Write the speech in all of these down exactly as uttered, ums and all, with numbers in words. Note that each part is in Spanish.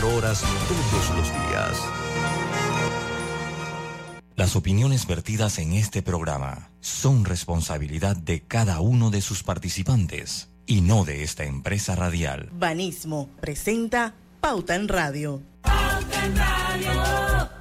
veinticuatro horas todos los días. Las opiniones vertidas en este programa son responsabilidad de cada uno de sus participantes y no de esta empresa radial. Banismo presenta Pauta en Radio. Pauta en Radio.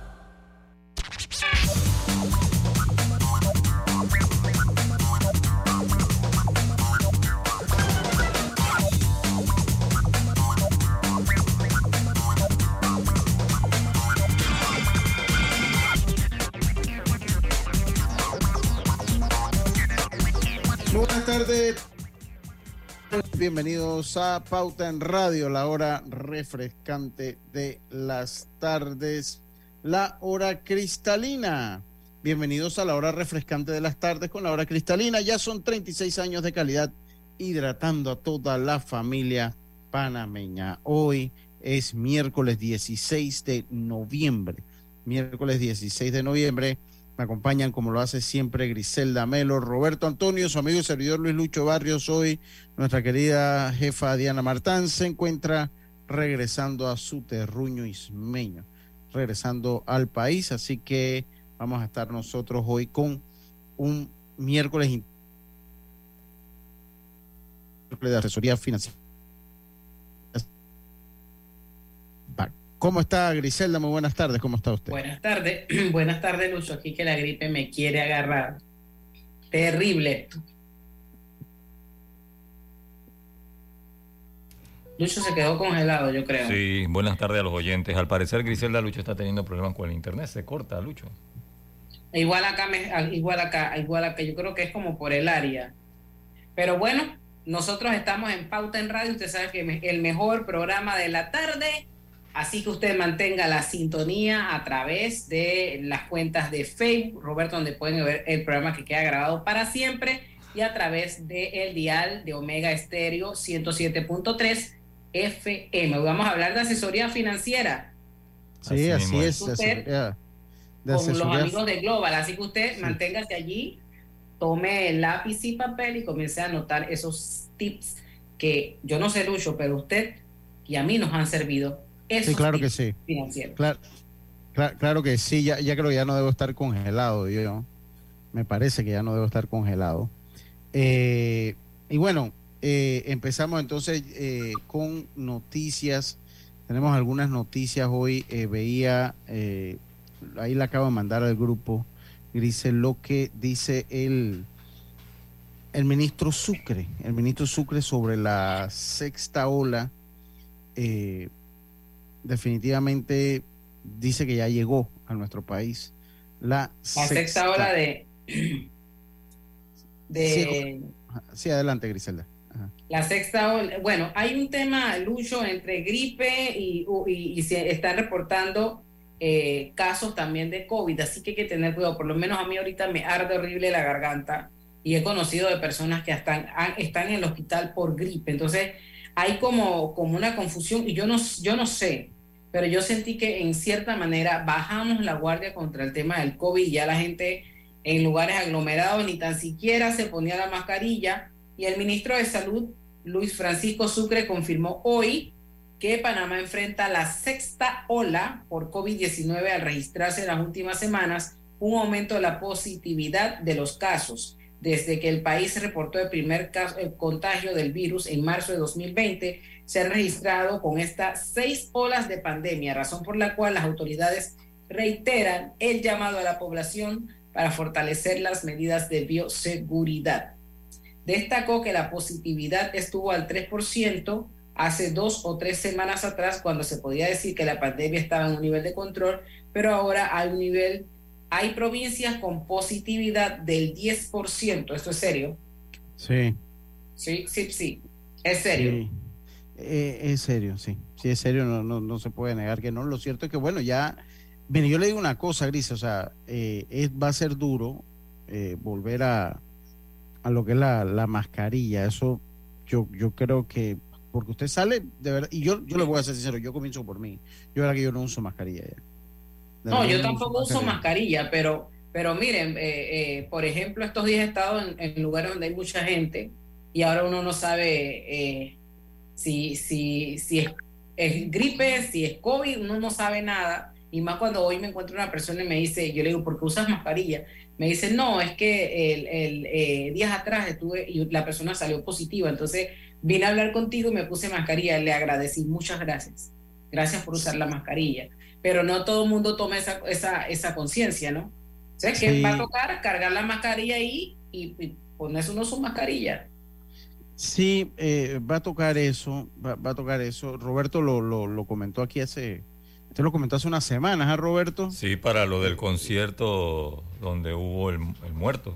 Buenas tardes, bienvenidos a Pauta en Radio, la hora refrescante de las tardes, la hora cristalina. Bienvenidos a la hora refrescante de las tardes con la hora cristalina. Ya son treinta y seis años de calidad hidratando a toda la familia panameña. Hoy es miércoles dieciséis de noviembre, miércoles dieciséis de noviembre. Me acompañan, como lo hace siempre, Griselda Melo, Roberto Antonio, su amigo y servidor Luis Lucho Barrios. Hoy nuestra querida jefa Diana Martán se encuentra regresando a su terruño ismeño, regresando al país, así que vamos a estar nosotros hoy con un miércoles de asesoría financiera. ¿Cómo está, Griselda? Muy buenas tardes, ¿cómo está usted? Buenas tardes, buenas tardes, Lucho. Aquí que la gripe me quiere agarrar. Terrible. Lucho se quedó congelado, yo creo. Sí, buenas tardes a los oyentes. Al parecer, Griselda, Lucho está teniendo problemas con el internet. Se corta, Lucho. Igual acá, me, igual acá, igual acá. Yo creo que es como por el área. Pero bueno, nosotros estamos en Pauta en Radio. Usted sabe que el mejor programa de la tarde. Así que usted mantenga la sintonía a través de las cuentas de Facebook, Roberto, donde pueden ver el programa que queda grabado para siempre, y a través del dial de Omega Estéreo ciento siete punto tres F M. Hoy vamos a hablar de asesoría financiera. Sí, así, así es. Usted, de con asesoría. Los amigos de Global. Así que usted sí. Manténgase allí, tome lápiz y papel y comience a anotar esos tips que yo no sé, Lucho, pero usted y a mí nos han servido. Sí, claro que sí. Claro, claro, claro que sí, ya, ya creo que ya no debo estar congelado, yo. Me parece que ya no debo estar congelado. Eh, y bueno, eh, empezamos entonces eh, con noticias. Tenemos algunas noticias hoy. Eh, veía, eh, ahí la acabo de mandar al grupo, Grisel, lo que dice el, el ministro Sucre, el ministro Sucre sobre la sexta ola. Eh, definitivamente dice que ya llegó a nuestro país la, la sexta, sexta ola de de sí, sí, adelante, Griselda. Ajá. La sexta ola, bueno, hay un tema, Lucho, entre gripe y, y, y se están reportando eh, casos también de COVID, así que hay que tener cuidado. Por lo menos a mí ahorita me arde horrible la garganta y he conocido de personas que están, están en el hospital por gripe. Entonces hay como, como una confusión y yo no, yo no sé, pero yo sentí que en cierta manera bajamos la guardia contra el tema del COVID y ya la gente en lugares aglomerados ni tan siquiera se ponía la mascarilla, y el ministro de Salud, Luis Francisco Sucre, confirmó hoy que Panamá enfrenta la sexta ola por COVID diecinueve al registrarse en las últimas semanas un aumento de la positividad de los casos. Desde que el país reportó el primer caso, el contagio del virus en marzo de dos mil veinte, se han registrado con estas seis olas de pandemia, razón por la cual las autoridades reiteran el llamado a la población para fortalecer las medidas de bioseguridad. Destacó que la positividad estuvo al tres por ciento hace dos o tres semanas atrás, cuando se podía decir que la pandemia estaba en un nivel de control, pero ahora hay un nivel... Hay provincias con positividad del diez por ciento. ¿Esto es serio? Sí. Sí, sí, sí. ¿Es serio? Sí. Eh, es serio, sí. Sí, es serio, no, no, no se puede negar que no. Lo cierto es que, bueno, ya... Mire, yo le digo una cosa, Gris, o sea, eh, es, va a ser duro eh, volver a, a lo que es la, la mascarilla. Eso yo, yo creo que... Porque usted sale, de verdad, y yo, yo le voy a ser sincero, yo comienzo por mí. Yo ahora que yo no uso mascarilla ya. De no, yo tampoco uso mascarilla, mascarilla pero, pero miren, eh, eh, por ejemplo, estos días he estado en, en lugares donde hay mucha gente y ahora uno no sabe eh, si, si, si es es gripe, si es COVID, uno no sabe nada. Y más cuando hoy me encuentro una persona y me dice, yo le digo, ¿por qué usas mascarilla? Me dice, no, es que el, el eh, días atrás estuve y la persona salió positiva, entonces vine a hablar contigo y me puse mascarilla. Le agradecí, muchas gracias. Gracias por usar la mascarilla. Pero no todo el mundo toma esa, esa, esa conciencia, ¿no? O sea, que sí. Va a tocar cargar la mascarilla ahí y, y ponerse uno su mascarilla. Sí, eh, va a tocar eso, va, va a tocar eso. Roberto lo, lo, lo comentó aquí hace... Usted lo comentó hace unas semanas, ¿eh, Roberto? Sí, para lo del concierto donde hubo el, el muerto.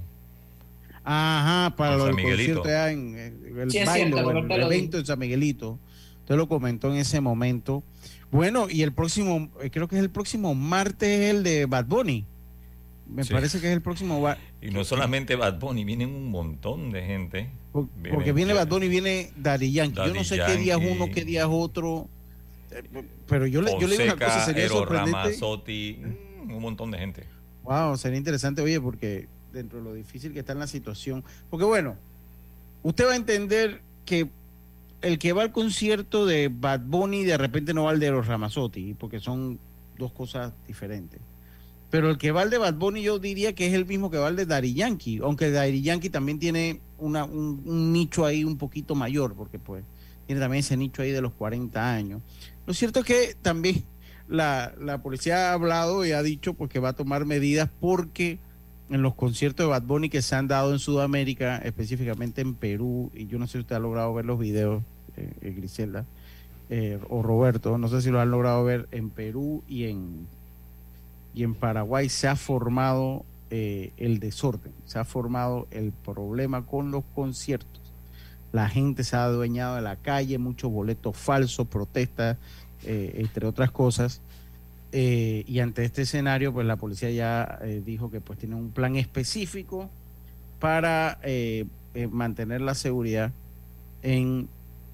Ajá, para en lo San del Miguelito. concierto allá en, en el sí, baile, cierto, el evento en San Miguelito. Usted lo comentó en ese momento. Bueno, y el próximo, creo que es el próximo martes, el de Bad Bunny. Me sí. parece que es el próximo. Ba- y no solamente Bad Bunny, vienen un montón de gente. Por, porque viene ya. Bad Bunny, viene Daddy Yankee. Daddy Yo no sé Yankee. qué día es uno, qué día es otro. Pero yo le, yo le digo una cosa, sería Ero sorprendente. Ramazzotti, un montón de gente. Wow, sería interesante, oye, porque dentro de lo difícil que está en la situación. Porque bueno, usted va a entender que el que va al concierto de Bad Bunny de repente no va al de Eros Ramazzotti, porque son dos cosas diferentes. Pero el que va al de Bad Bunny yo diría que es el mismo que va al de Daddy Yankee, aunque Daddy Yankee también tiene una, un, un nicho ahí un poquito mayor, porque pues tiene también ese nicho ahí de los cuarenta años. Lo cierto es que también la, la policía ha hablado y ha dicho pues que va a tomar medidas porque en los conciertos de Bad Bunny que se han dado en Sudamérica, específicamente en Perú, y yo no sé si usted ha logrado ver los videos, eh, Griselda, eh, o Roberto, no sé si lo han logrado ver en Perú y en, y en Paraguay, se ha formado eh, el desorden, se ha formado el problema con los conciertos. La gente se ha adueñado de la calle, muchos boletos falsos, protestas, eh, entre otras cosas. Eh, y ante este escenario, pues la policía ya eh, dijo que pues tiene un plan específico para eh, eh, mantener la seguridad en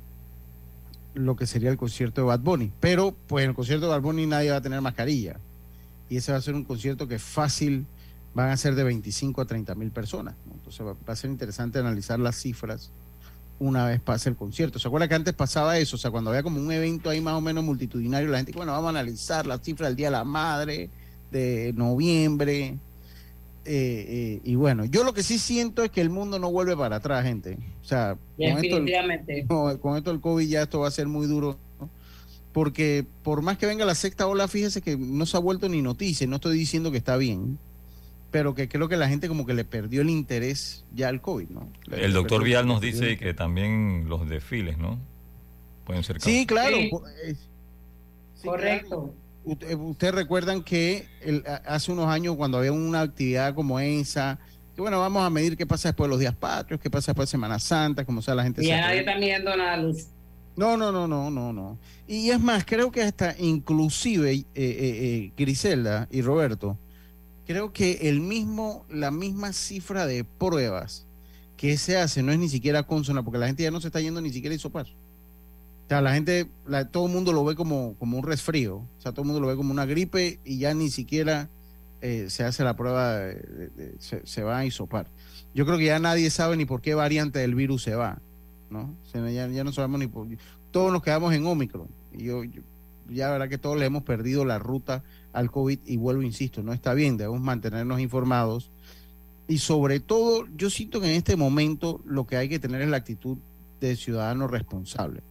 lo que sería el concierto de Bad Bunny. Pero pues en el concierto de Bad Bunny nadie va a tener mascarilla. Y ese va a ser un concierto que fácil van a ser de veinticinco a treinta mil personas, ¿no? Entonces va, va a ser interesante analizar las cifras una vez pase el concierto. ¿Se acuerda que antes pasaba eso? O sea, cuando había como un evento ahí más o menos multitudinario, la gente, bueno, vamos a analizar la cifra del Día de la Madre, de noviembre, eh, eh, y bueno, yo lo que sí siento es que el mundo no vuelve para atrás, gente. O sea, con esto, el, no, con esto el COVID ya esto va a ser muy duro, ¿no? Porque por más que venga la sexta ola, fíjese que no se ha vuelto ni noticia, no estoy diciendo que está bien, pero que creo que la gente como que le perdió el interés ya al COVID, ¿no? Le el doctor Vial nos dice el... que también los desfiles, ¿no? Pueden ser casos. Sí, claro. Sí. Sí, correcto. Claro. Usted, ustedes recuerdan que el, hace unos años cuando había una actividad como esa, que bueno, vamos a medir qué pasa después de los días patrios, qué pasa después de Semana Santa, como sea la gente... Y ya nadie está midiendo nada, Luz. No, no, no, no, no, no. Y es más, creo que hasta inclusive, eh, eh, eh, Griselda y Roberto, creo que el mismo, la misma cifra de pruebas que se hace no es ni siquiera consona, porque la gente ya no se está yendo ni siquiera a hisopar. O sea, la gente, la, todo el mundo lo ve como, como un resfrío, o sea, todo el mundo lo ve como una gripe y ya ni siquiera eh, se hace la prueba, de, de, de, se, se va a hisopar. Yo creo que ya nadie sabe ni por qué variante del virus se va, ¿no? O sea, ya, ya no sabemos ni por... Todos nos quedamos en Omicron. Y yo, yo ya la verdad que todos le hemos perdido la ruta al COVID y vuelvo, insisto, no está bien, debemos mantenernos informados y sobre todo yo siento que en este momento lo que hay que tener es la actitud de ciudadano responsable.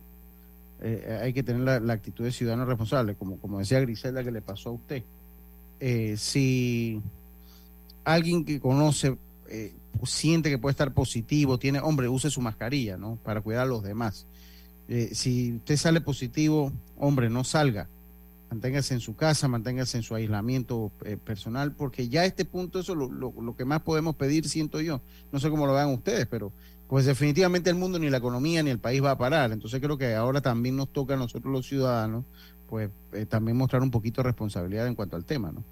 Eh, hay que tener la, la actitud de ciudadano responsable, como, como decía Griselda que le pasó a usted. Eh, si alguien que conoce eh, siente que puede estar positivo, tiene, hombre, use su mascarilla, ¿no? Para cuidar a los demás. Eh, si usted sale positivo, hombre, no salga. Manténgase en su casa, manténgase en su aislamiento eh, personal, porque ya a este punto eso es lo, lo, lo que más podemos pedir, siento yo. No sé cómo lo vean ustedes, pero pues definitivamente el mundo, ni la economía, ni el país va a parar. Entonces creo que ahora también nos toca a nosotros los ciudadanos, pues eh, también mostrar un poquito de responsabilidad en cuanto al tema, ¿no?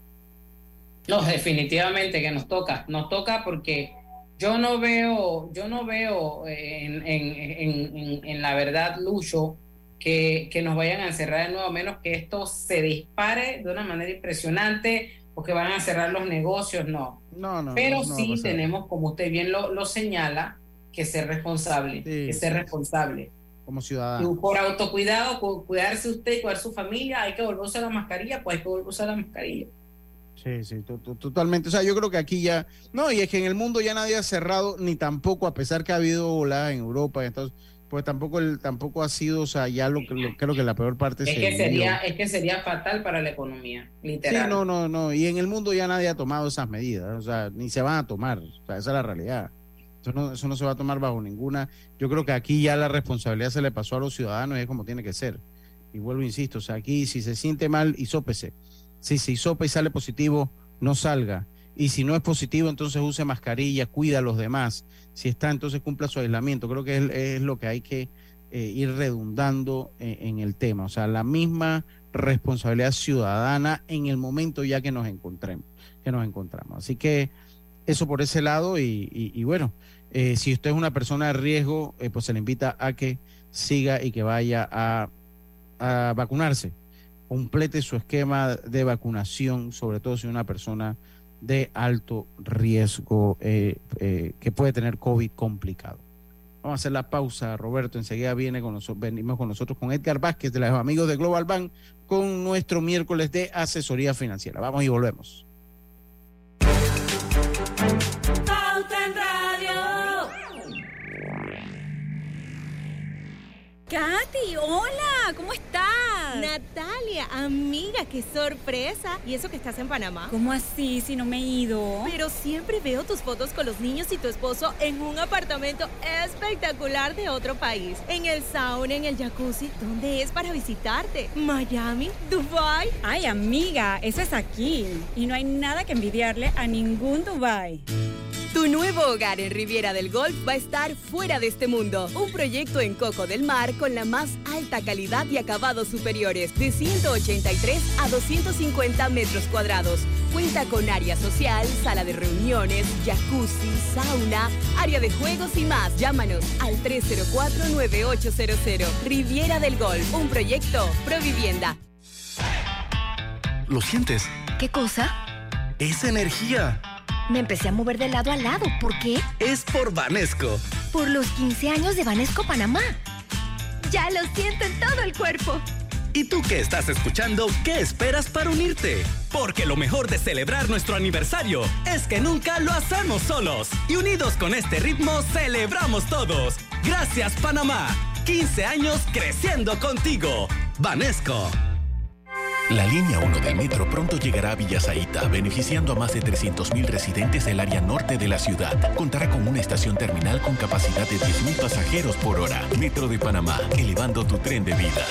No, definitivamente que nos toca, nos toca porque yo no veo, yo no veo en, en, en, en, en la verdad, Lucho, que, que nos vayan a encerrar de nuevo, a menos que esto se dispare de una manera impresionante o que van a cerrar los negocios, no. No, no. Pero no, no sí no tenemos, como usted bien lo, lo señala, que ser responsable, sí, que ser sí. responsable. como ciudadanos. Y por autocuidado, por cuidarse usted y cuidar su familia, hay que volver a usar la mascarilla, pues hay que volver a usar la mascarilla. Sí, sí, to- to- totalmente. O sea, yo creo que aquí ya... No, y es que en el mundo ya nadie ha cerrado, ni tampoco, a pesar que ha habido oladas en Europa, entonces, pues tampoco el, tampoco ha sido, o sea, ya lo que lo, creo que la peor parte Es se que vivió. sería, es que sería fatal para la economía, literal. Sí, no, no, no. Y en el mundo ya nadie ha tomado esas medidas, o sea, ni se van a tomar. O sea, esa es la realidad. Eso no, eso no se va a tomar bajo ninguna. Yo creo que aquí ya la responsabilidad se le pasó a los ciudadanos y es como tiene que ser. Y vuelvo, insisto, o sea, aquí si se siente mal, hisópese. Si se hisopa y sale positivo, no salga. Y si no es positivo, entonces use mascarilla, cuida a los demás. Si está, entonces cumpla su aislamiento. Creo que es, es lo que hay que eh, ir redundando en, en el tema. O sea, la misma responsabilidad ciudadana en el momento ya que nos encontremos, que nos encontramos. Así que eso por ese lado y, y, y bueno, eh, si usted es una persona de riesgo, eh, pues se le invita a que siga y que vaya a, a vacunarse. Complete su esquema de vacunación, sobre todo si es una persona de alto riesgo eh, eh, que puede tener COVID complicado. Vamos a hacer la pausa, Roberto. Enseguida viene con nosotros, venimos con nosotros con Edgar Vázquez de los amigos de Global Bank con nuestro miércoles de asesoría financiera. Vamos y volvemos. Pauta en Radio. Katy, hola, ¿cómo estás? Natalia, amiga, qué sorpresa. ¿Y eso que estás en Panamá? ¿Cómo así si no me he ido? Pero siempre veo tus fotos con los niños y tu esposo en un apartamento espectacular de otro país. En el sauna, en el jacuzzi. ¿Dónde es para visitarte? ¿Miami? ¿Dubái? Ay, amiga, eso es aquí. Y no hay nada que envidiarle a ningún Dubái. Tu nuevo hogar en Riviera del Golf va a estar fuera de este mundo. Un proyecto en Coco del Mar con la más alta calidad y acabados superiores, de ciento ochenta y tres a doscientos cincuenta metros cuadrados. Cuenta con área social, sala de reuniones, jacuzzi, sauna, área de juegos y más. Llámanos al tres cero cuatro, nueve ocho cero cero. Riviera del Golf, un proyecto Provivienda. ¿Lo sientes? ¿Qué cosa? ¡Es energía! Me empecé a mover de lado a lado. ¿Por qué? Es por Banesco. Por los quince años de Banesco Panamá. Ya lo siento en todo el cuerpo. ¿Y tú que estás escuchando, qué esperas para unirte? Porque lo mejor de celebrar nuestro aniversario es que nunca lo hacemos solos. Y unidos con este ritmo, celebramos todos. Gracias, Panamá. quince años creciendo contigo. Banesco. La línea uno del metro pronto llegará a Villa Zaita, beneficiando a más de trescientos mil residentes del área norte de la ciudad. Contará con una estación terminal con capacidad de diez mil pasajeros por hora. Metro de Panamá, elevando tu tren de vida.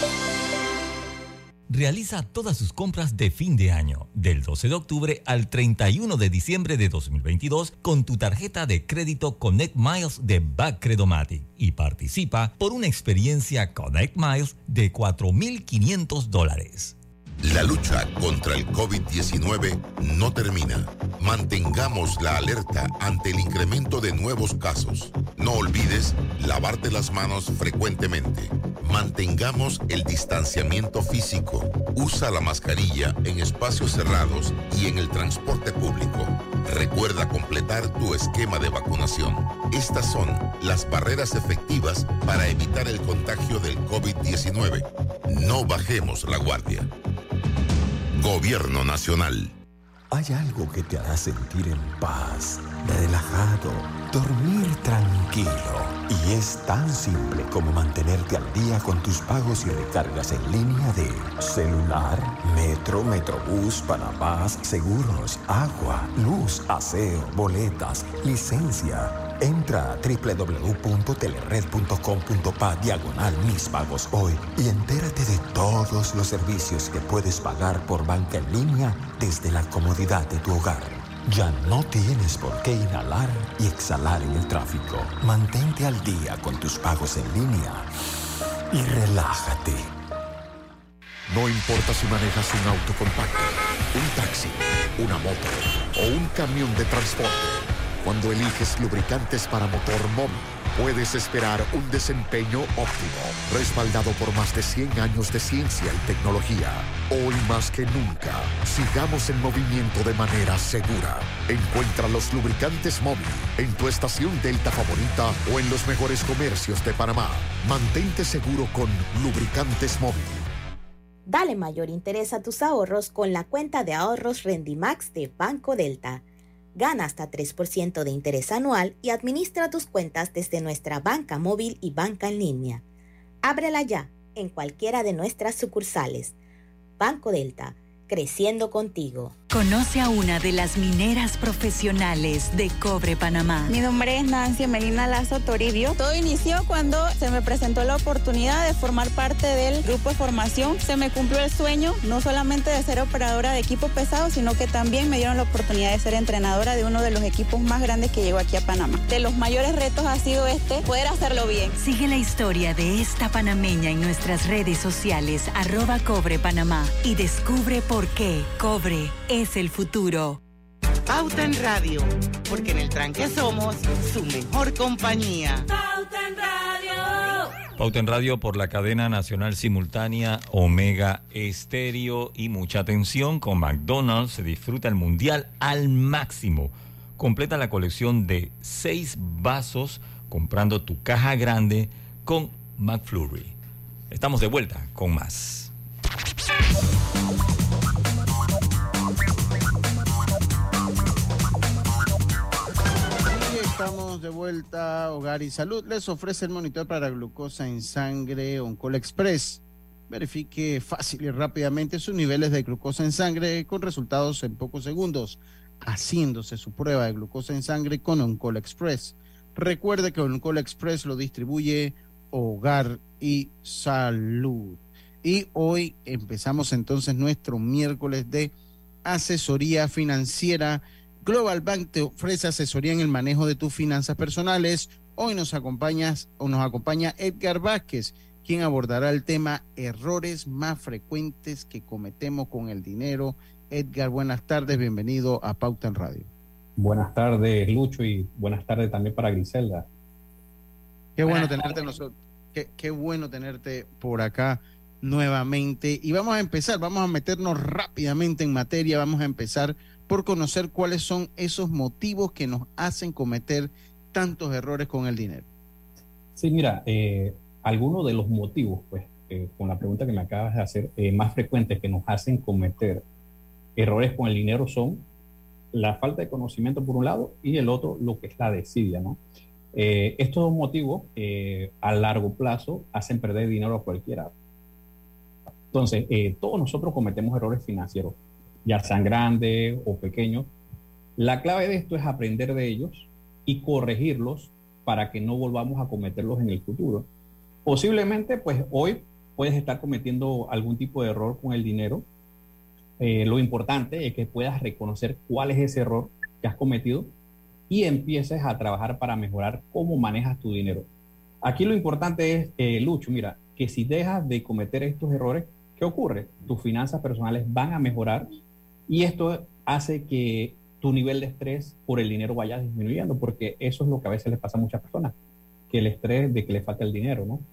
Realiza todas sus compras de fin de año, del doce de octubre al treinta y uno de diciembre de dos mil veintidós, con tu tarjeta de crédito Connect Miles de Backcredomatic y participa por una experiencia Connect Miles de cuatro mil quinientos dólares. La lucha contra el COVID diecinueve no termina. Mantengamos la alerta ante el incremento de nuevos casos. No olvides lavarte las manos frecuentemente. Mantengamos el distanciamiento físico. Usa la mascarilla en espacios cerrados y en el transporte público. Recuerda completar tu esquema de vacunación. Estas son las barreras efectivas para evitar el contagio del COVID diecinueve. No bajemos la guardia. Gobierno Nacional. Hay algo que te hará sentir en paz, relajado, dormir tranquilo. Y es tan simple como mantenerte al día con tus pagos y recargas en línea de celular, metro, metrobús, Panamás, seguros, agua, luz, aseo, boletas, licencia. Entra a doble u doble u doble u punto telered punto com punto pa diagonal mis pagos hoy y entérate de todos los servicios que puedes pagar por banca en línea desde la comodidad de tu hogar. Ya no tienes por qué inhalar y exhalar en el tráfico. Mantente al día con tus pagos en línea y relájate. No importa si manejas un auto compacto, un taxi, una moto o un camión de transporte. Cuando eliges lubricantes para motor móvil, puedes esperar un desempeño óptimo, respaldado por más de cien años de ciencia y tecnología. Hoy más que nunca, sigamos en movimiento de manera segura. Encuentra los lubricantes Móvil en tu estación Delta favorita o en los mejores comercios de Panamá. Mantente seguro con Lubricantes Móvil. Dale mayor interés a tus ahorros con la cuenta de ahorros Rendimax de Banco Delta. Gana hasta tres por ciento de interés anual y administra tus cuentas desde nuestra banca móvil y banca en línea. Ábrela ya en cualquiera de nuestras sucursales. Banco Delta, creciendo contigo. Conoce a una de las mineras profesionales de Cobre Panamá. Mi nombre es Nancy Melina Lazo Toribio. Todo inició cuando se me presentó la oportunidad de formar parte del grupo de formación. Se me cumplió el sueño, no solamente de ser operadora de equipo pesado, sino que también me dieron la oportunidad de ser entrenadora de uno de los equipos más grandes que llegó aquí a Panamá. De los mayores retos ha sido este, poder hacerlo bien. Sigue la historia de esta panameña en nuestras redes sociales, arroba Cobre Panamá, y descubre por qué Cobre es el futuro. Pauta en Radio, porque en el tranque somos su mejor compañía. Pauta en Radio. Pauta en Radio por la cadena nacional simultánea Omega Estéreo. Y mucha atención, con McDonald's se disfruta el mundial al máximo. Completa la colección de seis vasos comprando tu caja grande con McFlurry. Estamos de vuelta con más. Estamos de vuelta. Hogar y Salud les ofrece el monitor para glucosa en sangre Oncol Express. Verifique fácil y rápidamente sus niveles de glucosa en sangre con resultados en pocos segundos, haciéndose su prueba de glucosa en sangre con Oncol Express. Recuerde que Oncol Express lo distribuye Hogar y Salud. Y hoy empezamos entonces nuestro miércoles de asesoría financiera. Global Bank te ofrece asesoría en el manejo de tus finanzas personales. Hoy nos acompañas o nos acompaña Edgar Vázquez, quien abordará el tema errores más frecuentes que cometemos con el dinero. Edgar, buenas tardes, bienvenido a Pauta en Radio. Buenas tardes, Lucho, y buenas tardes también para Griselda. Qué bueno tenerte nosotros, qué, qué bueno tenerte por acá nuevamente. Y vamos a empezar, vamos a meternos rápidamente en materia, vamos a empezar por conocer cuáles son esos motivos que nos hacen cometer tantos errores con el dinero. Sí, mira, eh, algunos de los motivos, pues, eh, con la pregunta que me acabas de hacer, eh, más frecuentes que nos hacen cometer errores con el dinero son la falta de conocimiento por un lado y el otro lo que es la desidia, ¿no? Eh, estos dos motivos eh, a largo plazo hacen perder dinero a cualquiera. Entonces, eh, todos nosotros cometemos errores financieros, ya sean grandes o pequeños. La clave de esto es aprender de ellos y corregirlos para que no volvamos a cometerlos en el futuro. Posiblemente, pues hoy puedes estar cometiendo algún tipo de error con el dinero. Eh, lo importante es que puedas reconocer cuál es ese error que has cometido y empieces a trabajar para mejorar cómo manejas tu dinero. Aquí lo importante es, eh, Lucho, mira, que si dejas de cometer estos errores, ¿qué ocurre? Tus finanzas personales van a mejorar y esto hace que tu nivel de estrés por el dinero vaya disminuyendo, porque eso es lo que a veces les pasa a muchas personas, que el estrés de que le falta el dinero, ¿no?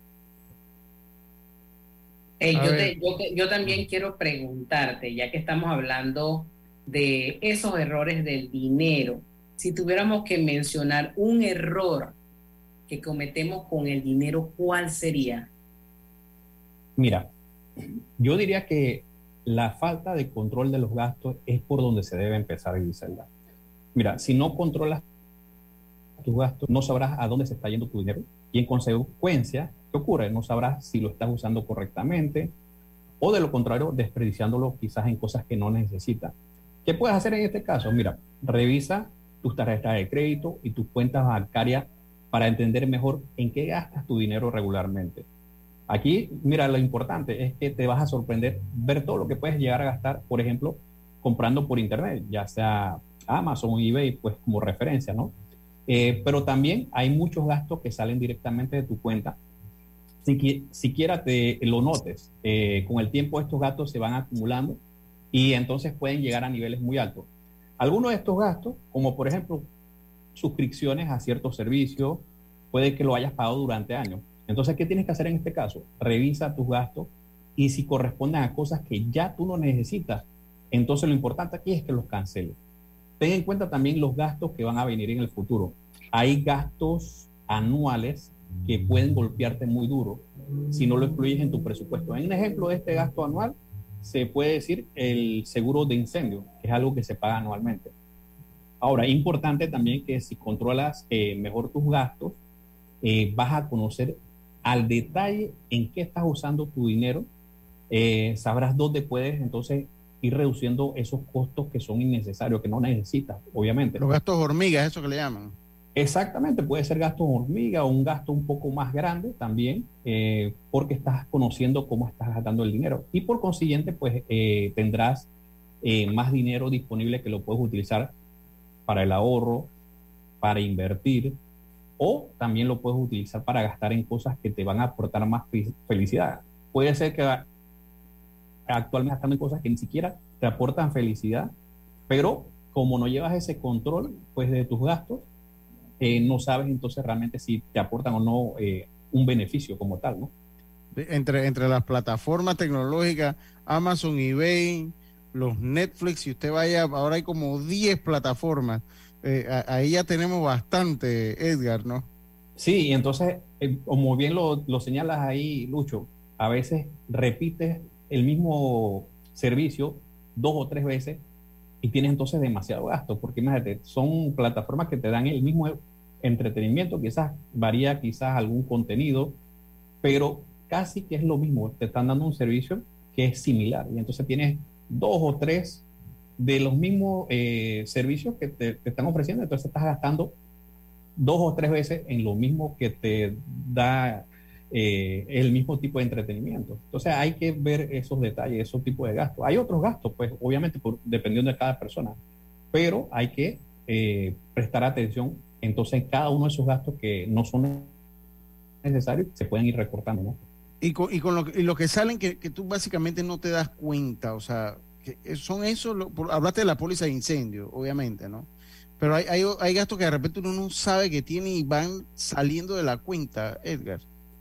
Hey, yo, te, yo, te, yo también quiero preguntarte, ya que estamos hablando de esos errores del dinero, si tuviéramos que mencionar un error que cometemos con el dinero, ¿cuál sería? Mira, yo diría que la falta de control de los gastos es por donde se debe empezar, Griselda. Mira, si no controlas tus gastos, no sabrás a dónde se está yendo tu dinero y en consecuencia, ¿qué ocurre? No sabrás si lo estás usando correctamente o de lo contrario, desperdiciándolo quizás en cosas que no necesitas. ¿Qué puedes hacer en este caso? Mira, revisa tus tarjetas de crédito y tus cuentas bancarias para entender mejor en qué gastas tu dinero regularmente. Aquí, mira, lo importante es que te vas a sorprender ver todo lo que puedes llegar a gastar, por ejemplo, comprando por internet, ya sea Amazon o eBay, pues como referencia, ¿no? Eh, pero también hay muchos gastos que salen directamente de tu cuenta. Si siquiera te lo notes, eh, con el tiempo estos gastos se van acumulando y entonces pueden llegar a niveles muy altos. Algunos de estos gastos, como por ejemplo suscripciones a ciertos servicios, puede que lo hayas pagado durante años. Entonces, ¿qué tienes que hacer en este caso? Revisa tus gastos y si corresponden a cosas que ya tú no necesitas, entonces lo importante aquí es que los canceles. Ten en cuenta también los gastos que van a venir en el futuro. Hay gastos anuales que pueden golpearte muy duro si no lo incluyes en tu presupuesto. En un ejemplo de este gasto anual, se puede decir el seguro de incendio, que es algo que se paga anualmente. Ahora, es importante también que si controlas eh, mejor tus gastos, eh, vas a conocer al detalle en qué estás usando tu dinero, eh, sabrás dónde puedes entonces ir reduciendo esos costos que son innecesarios, que no necesitas, obviamente. Los gastos hormigas, eso que le llaman. Exactamente, puede ser gasto hormiga o un gasto un poco más grande también, eh, porque estás conociendo cómo estás gastando el dinero. Y por consiguiente, pues eh, tendrás eh, más dinero disponible que lo puedes utilizar para el ahorro, para invertir, o también lo puedes utilizar para gastar en cosas que te van a aportar más felicidad. Puede ser que actualmente gastando en cosas que ni siquiera te aportan felicidad, pero como no llevas ese control pues de tus gastos, eh, no sabes entonces realmente si te aportan o no eh, un beneficio como tal, ¿no? Entre, entre las plataformas tecnológicas, Amazon, eBay, los Netflix, si usted vaya, ahora hay como diez plataformas. Eh, ahí ya tenemos bastante, Edgar, ¿no? Sí, y entonces, eh, como bien lo, lo señalas ahí, Lucho, a veces repites el mismo servicio dos o tres veces y tienes entonces demasiado gasto, porque imagínate, son plataformas que te dan el mismo entretenimiento, quizás varía quizás algún contenido, pero casi que es lo mismo, te están dando un servicio que es similar, y entonces tienes dos o tres de los mismos eh, servicios que te, te están ofreciendo, entonces estás gastando dos o tres veces en lo mismo que te da eh, el mismo tipo de entretenimiento. Entonces hay que ver esos detalles, esos tipos de gastos. Hay otros gastos, pues obviamente por, dependiendo de cada persona, pero hay que eh, prestar atención entonces en cada uno de esos gastos que no son necesarios, se pueden ir recortando, ¿no? Y con, y con lo, y lo que salen que, que tú básicamente no te das cuenta, o sea, que son esos, lo, por, hablaste de la póliza de incendio, obviamente, ¿no? Pero hay, hay, hay gastos que de repente uno no sabe que tiene y van saliendo de la cuenta, Edgar.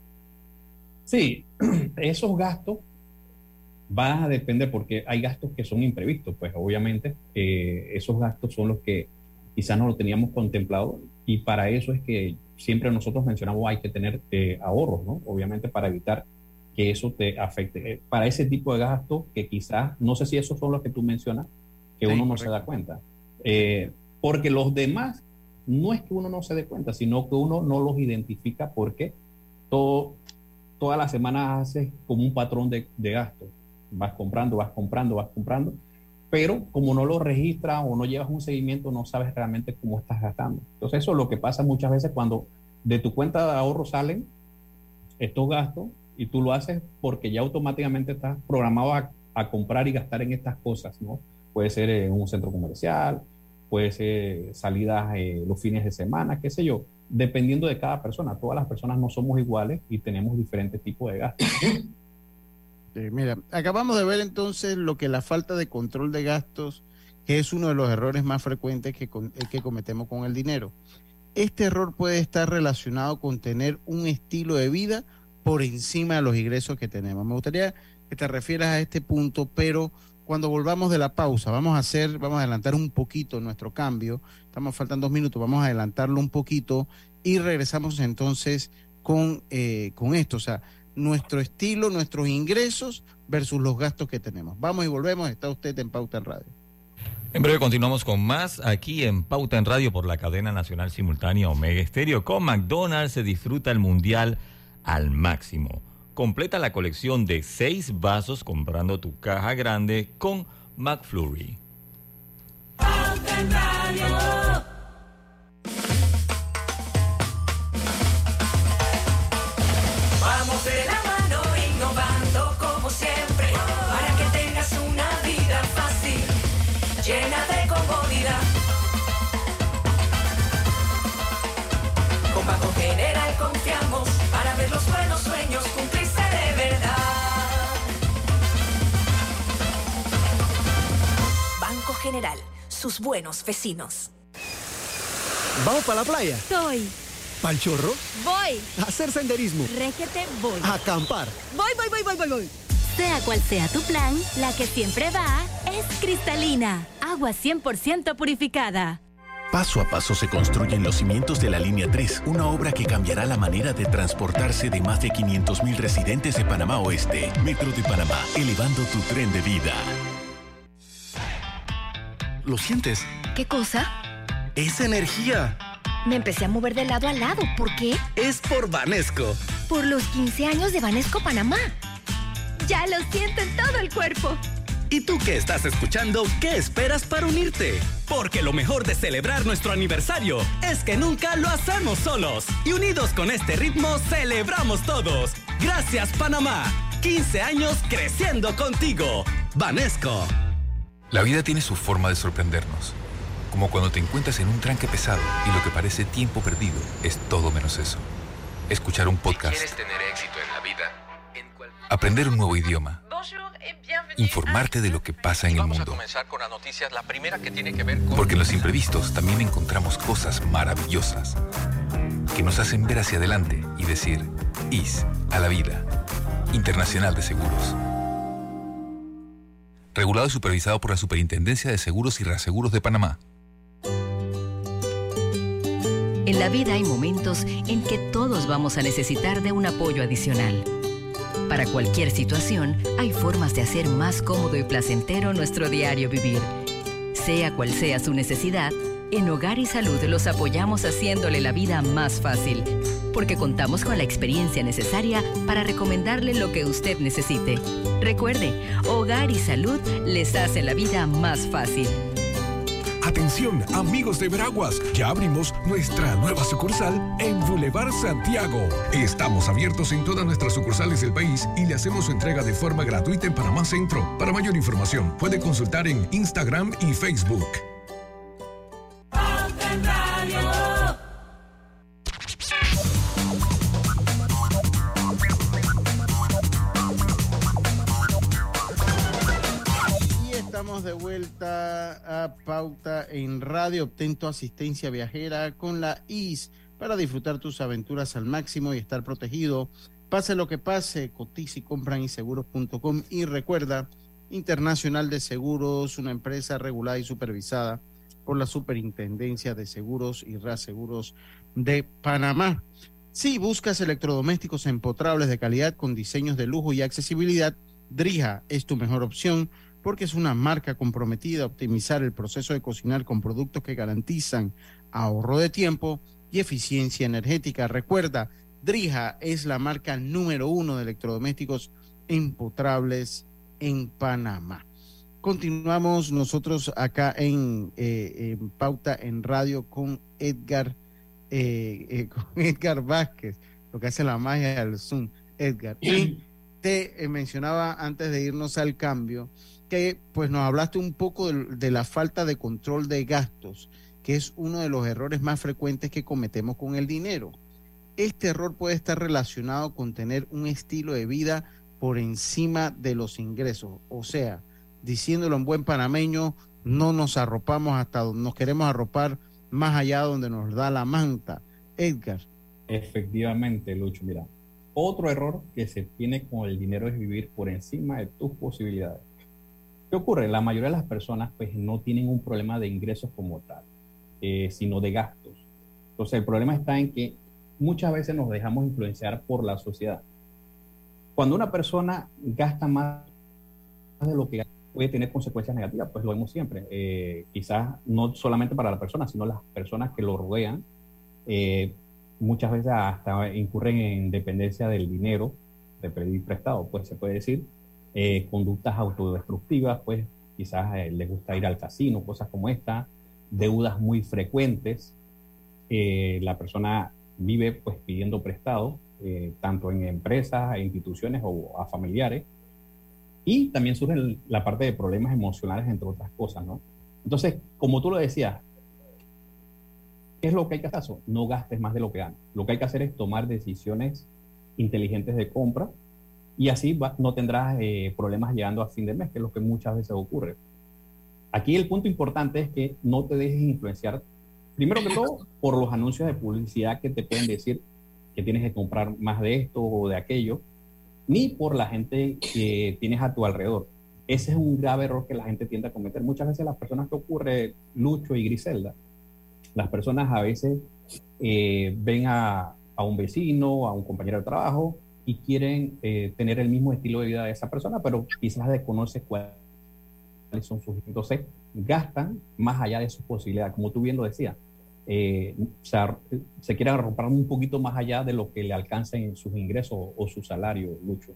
Sí, esos gastos van a depender porque hay gastos que son imprevistos, pues obviamente eh, esos gastos son los que quizás no lo teníamos contemplado y para eso es que siempre nosotros mencionamos hay que tener eh, ahorros, ¿no? Obviamente para evitar que eso te afecte. Para ese tipo de gastos que quizás, no sé si esos son los que tú mencionas, que sí, uno no correcto. Se da cuenta. Eh, porque los demás, no es que uno no se dé cuenta, sino que uno no los identifica porque todo, todas las semanas haces como un patrón de, de gasto. Vas comprando, vas comprando, vas comprando, pero como no lo registras o no llevas un seguimiento, no sabes realmente cómo estás gastando. Entonces eso es lo que pasa muchas veces cuando de tu cuenta de ahorro salen estos gastos y tú lo haces porque ya automáticamente estás programado a, a comprar y gastar en estas cosas, ¿no? Puede ser en un centro comercial, puede ser salidas eh, los fines de semana, qué sé yo, dependiendo de cada persona. Todas las personas no somos iguales y tenemos diferentes tipos de gastos. Eh, mira, acabamos de ver entonces lo que la falta de control de gastos, que es uno de los errores más frecuentes que, con, que cometemos con el dinero. Este error puede estar relacionado con tener un estilo de vida por encima de los ingresos que tenemos. Me gustaría que te refieras a este punto, pero cuando volvamos de la pausa, vamos a hacer, vamos a adelantar un poquito nuestro cambio. Estamos faltando dos minutos, vamos a adelantarlo un poquito y regresamos entonces con, eh, con esto, o sea, nuestro estilo, nuestros ingresos versus los gastos que tenemos. Vamos y volvemos, está usted en Pauta en Radio. En breve continuamos con más aquí en Pauta en Radio por la cadena nacional simultánea Omega Estéreo. Con McDonald's se disfruta el mundial al máximo. Completa la colección de seis vasos comprando tu caja grande con McFlurry. Pauta en Radio. Vamos de la mano innovando como siempre para que tengas una vida fácil, llena de comodidad. Con Banco General confiamos para ver los buenos sueños cumplirse de verdad. Banco General, sus buenos vecinos. ¿Vamos para la playa? Soy. ¿Pal chorro? Voy. A hacer senderismo. Régete, voy. A acampar. Voy, voy, voy, voy, voy, voy. Sea cual sea tu plan, la que siempre va es cristalina. Agua cien por ciento purificada. Paso a paso se construyen los cimientos de la Línea tres, una obra que cambiará la manera de transportarse de más de quinientos mil residentes de Panamá Oeste. Metro de Panamá, elevando tu tren de vida. ¿Lo sientes? ¿Qué cosa? ¡Es energía! Me empecé a mover de lado a lado. ¿Por qué? Es por Banesco. Por los quince años de Banesco Panamá. Ya lo siento en todo el cuerpo. ¿Y tú que estás escuchando, qué esperas para unirte? Porque lo mejor de celebrar nuestro aniversario es que nunca lo hacemos solos. Y unidos con este ritmo, celebramos todos. Gracias, Panamá. quince años creciendo contigo. Banesco. La vida tiene su forma de sorprendernos. Como cuando te encuentras en un tranque pesado y lo que parece tiempo perdido es todo menos eso. Escuchar un podcast. Si quieres tener éxito en la vida, en cual... Aprender un nuevo idioma. Informarte de lo que pasa en el mundo. Vamos a comenzar con las noticias, la primera que tiene que ver con... Porque en los imprevistos también encontramos cosas maravillosas que nos hacen ver hacia adelante y decir I S a la vida. Internacional de Seguros. Regulado y supervisado por la Superintendencia de Seguros y Reaseguros de Panamá. En la vida hay momentos en que todos vamos a necesitar de un apoyo adicional. Para cualquier situación, hay formas de hacer más cómodo y placentero nuestro diario vivir. Sea cual sea su necesidad, en Hogar y Salud los apoyamos haciéndole la vida más fácil, porque contamos con la experiencia necesaria para recomendarle lo que usted necesite. Recuerde, Hogar y Salud les hace la vida más fácil. Atención, amigos de Veraguas, ya abrimos nuestra nueva sucursal en Boulevard Santiago. Estamos abiertos en todas nuestras sucursales del país y le hacemos su entrega de forma gratuita en Panamá Centro. Para mayor información, puede consultar en Instagram y Facebook. De vuelta a Pauta en Radio. Obtén tu asistencia viajera con la I S para disfrutar tus aventuras al máximo y estar protegido. Pase lo que pase, cotiza y compra en seguros punto com. Y recuerda, Internacional de Seguros, una empresa regulada y supervisada por la Superintendencia de Seguros y Reaseguros de Panamá. Si buscas electrodomésticos empotrables de calidad con diseños de lujo y accesibilidad, Drija es tu mejor opción, porque es una marca comprometida a optimizar el proceso de cocinar con productos que garantizan ahorro de tiempo y eficiencia energética. Recuerda, Drija es la marca número uno de electrodomésticos empotrables en Panamá. Continuamos nosotros acá en, eh, en Pauta en Radio con Edgar, eh, eh, con Edgar Vázquez, lo que hace la magia del Zoom, Edgar. Y te eh, mencionaba antes de irnos al cambio, que pues nos hablaste un poco de, de la falta de control de gastos, que es uno de los errores más frecuentes que cometemos con el dinero. Este error puede estar relacionado con tener un estilo de vida por encima de los ingresos. O sea, diciéndolo en buen panameño, no nos arropamos hasta donde nos queremos arropar, más allá donde nos da la manta. Edgar. Efectivamente, Lucho, mira, otro error que se tiene con el dinero es vivir por encima de tus posibilidades. ¿Qué ocurre? La mayoría de las personas pues no tienen un problema de ingresos como tal, eh, sino de gastos. Entonces el problema está en que muchas veces nos dejamos influenciar por la sociedad. Cuando una persona gasta más de lo que gasta, puede tener consecuencias negativas, pues lo vemos siempre. Eh, quizás no solamente para la persona, sino las personas que lo rodean, eh, muchas veces hasta incurren en dependencia del dinero, de pedir prestado, pues se puede decir. Eh, conductas autodestructivas, pues quizás eh, les gusta ir al casino, cosas como esta, deudas muy frecuentes, eh, la persona vive pues pidiendo prestado, eh, tanto en empresas, instituciones o a familiares, y también surge el, la parte de problemas emocionales, entre otras cosas, ¿no? Entonces, como tú lo decías, ¿qué es lo que hay que hacer? No gastes más de lo que ganas. Lo que hay que hacer es tomar decisiones inteligentes de compra, y así va, no tendrás eh, problemas llegando a fin de mes, que es lo que muchas veces ocurre. Aquí el punto importante es que no te dejes influenciar primero que todo, por los anuncios de publicidad que te pueden decir que tienes que comprar más de esto o de aquello, ni por la gente que tienes a tu alrededor. Ese es un grave error que la gente tiende a cometer. Muchas veces las personas que ocurre, Lucho y Griselda, las personas a veces eh, ven a, a un vecino, a un compañero de trabajo y quieren eh, tener el mismo estilo de vida de esa persona, pero quizás desconoce cuáles son sus... Entonces, gastan más allá de sus posibilidades. Como tú bien lo decías, eh, o sea, se quieren arropar un poquito más allá de lo que le alcancen en sus ingresos o, o su salario, Lucho.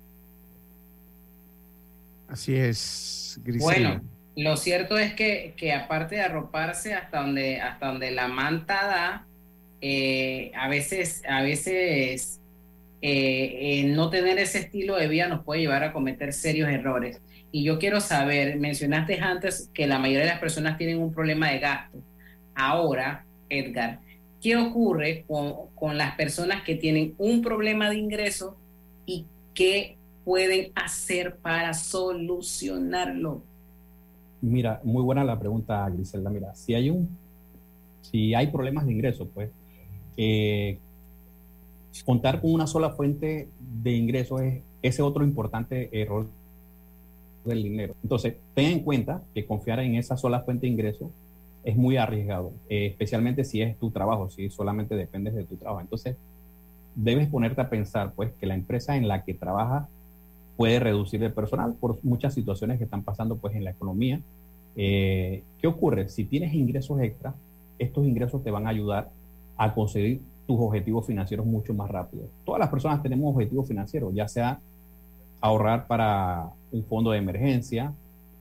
Así es, Griselda. Bueno, lo cierto es que, que aparte de arroparse hasta donde, hasta donde la manta da, eh, a veces, a veces eh, eh, no tener ese estilo de vida nos puede llevar a cometer serios errores. Y yo quiero saber, mencionaste antes que la mayoría de las personas tienen un problema de gasto. Ahora, Edgar, ¿qué ocurre con, con las personas que tienen un problema de ingreso y qué pueden hacer para solucionarlo? Mira, muy buena la pregunta, Griselda. Mira, si hay un, si hay problemas de ingreso, pues eh, contar con una sola fuente de ingreso es ese otro importante error del dinero. Entonces, ten en cuenta que confiar en esa sola fuente de ingreso es muy arriesgado, eh, especialmente si es tu trabajo, si solamente dependes de tu trabajo. Entonces, debes ponerte a pensar, pues, que la empresa en la que trabajas puede reducir el personal por muchas situaciones que están pasando, pues, en la economía. Eh, ¿Qué ocurre? Si tienes ingresos extra, estos ingresos te van a ayudar a conseguir tus objetivos financieros mucho más rápido. Todas las personas tenemos objetivos financieros, ya sea ahorrar para un fondo de emergencia,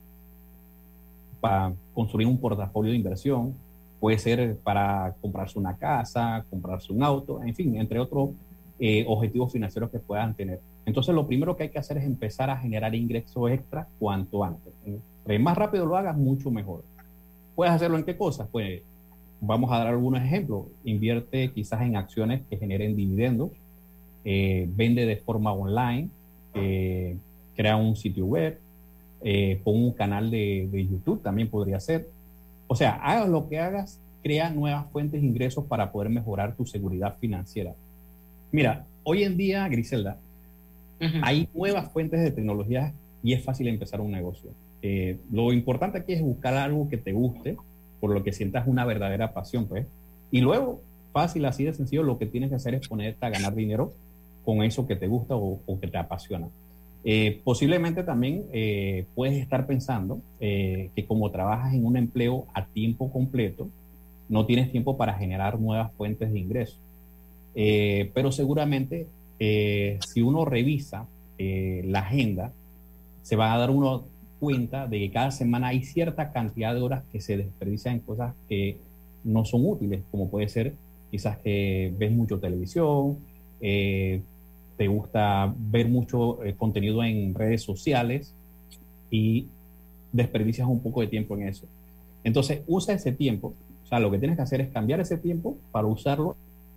para construir un portafolio de inversión, puede ser para comprarse una casa, comprarse un auto, en fin, entre otros eh, objetivos financieros que puedan tener. Entonces, lo primero que hay que hacer es empezar a generar ingresos extra cuanto antes. Entre más rápido lo hagas, mucho mejor. ¿Puedes hacerlo en qué cosas? Pues vamos a dar algunos ejemplos. Invierte quizás en acciones que generen dividendos, eh, vende de forma online, eh, crea un sitio web, eh, pon un canal de, de YouTube, también podría ser. O sea, hagas lo que hagas, crea nuevas fuentes de ingresos para poder mejorar tu seguridad financiera. Mira, hoy en día, Griselda, uh-huh. hay nuevas fuentes de tecnología y es fácil empezar un negocio. Eh, lo importante aquí es buscar algo que te guste, por lo que sientas una verdadera pasión, pues. Y luego, fácil, así de sencillo, lo que tienes que hacer es ponerte a ganar dinero con eso que te gusta o, o que te apasiona. Eh, posiblemente también eh, puedes estar pensando eh, que como trabajas en un empleo a tiempo completo, no tienes tiempo para generar nuevas fuentes de ingreso. Eh, pero seguramente eh, si uno revisa eh, la agenda, se va a dar uno cuenta de que cada semana hay cierta cantidad de horas que se desperdician en cosas que no son útiles, como puede ser quizás que ves mucho televisión, eh, te gusta ver mucho eh, contenido en redes sociales y desperdicias un poco de tiempo en eso. Entonces, usa ese tiempo. O sea, lo que tienes que hacer es cambiar ese tiempo para usarlo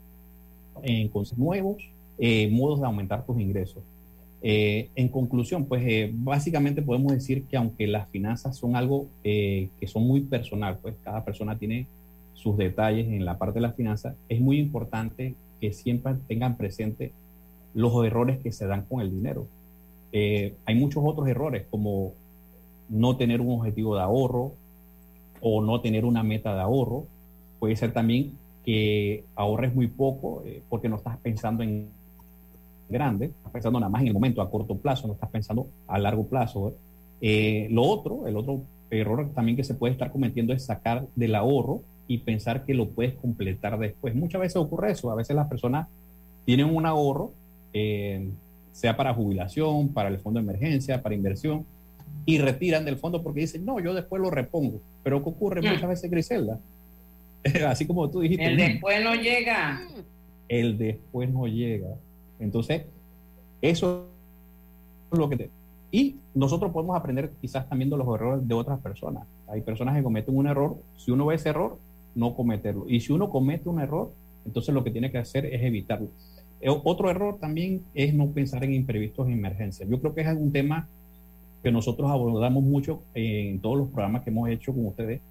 en cosas nuevos, eh, modos de aumentar tus ingresos. Eh, en conclusión, pues eh, básicamente podemos decir que aunque las finanzas son algo eh, que son muy personal, pues cada persona tiene sus detalles en la parte de las finanzas, es muy importante que siempre tengan presente los errores que se dan con el dinero. Eh, hay muchos otros errores, como no tener un objetivo de ahorro o no tener una meta de ahorro. Puede ser también que ahorres muy poco eh, porque no estás pensando en grande, estás pensando nada más en el momento, a corto plazo, no estás pensando a largo plazo. Eh, lo otro, el otro error también que se puede estar cometiendo es sacar del ahorro y pensar que lo puedes completar después. Muchas veces ocurre eso, a veces las personas tienen un ahorro, eh, sea para jubilación, para el fondo de emergencia, para inversión, y retiran del fondo porque dicen, no, yo después lo repongo. Pero ¿qué ocurre muchas veces, Griselda? Así como tú dijiste. El después no llega. El después no llega. Entonces, eso es lo que te... Y nosotros podemos aprender quizás también de los errores de otras personas. Hay personas que cometen un error. Si uno ve ese error, no cometerlo. Y si uno comete un error, entonces lo que tiene que hacer es evitarlo. Otro error también es no pensar en imprevistos e emergencias. Yo creo que es un tema que nosotros abordamos mucho en todos los programas que hemos hecho con ustedes,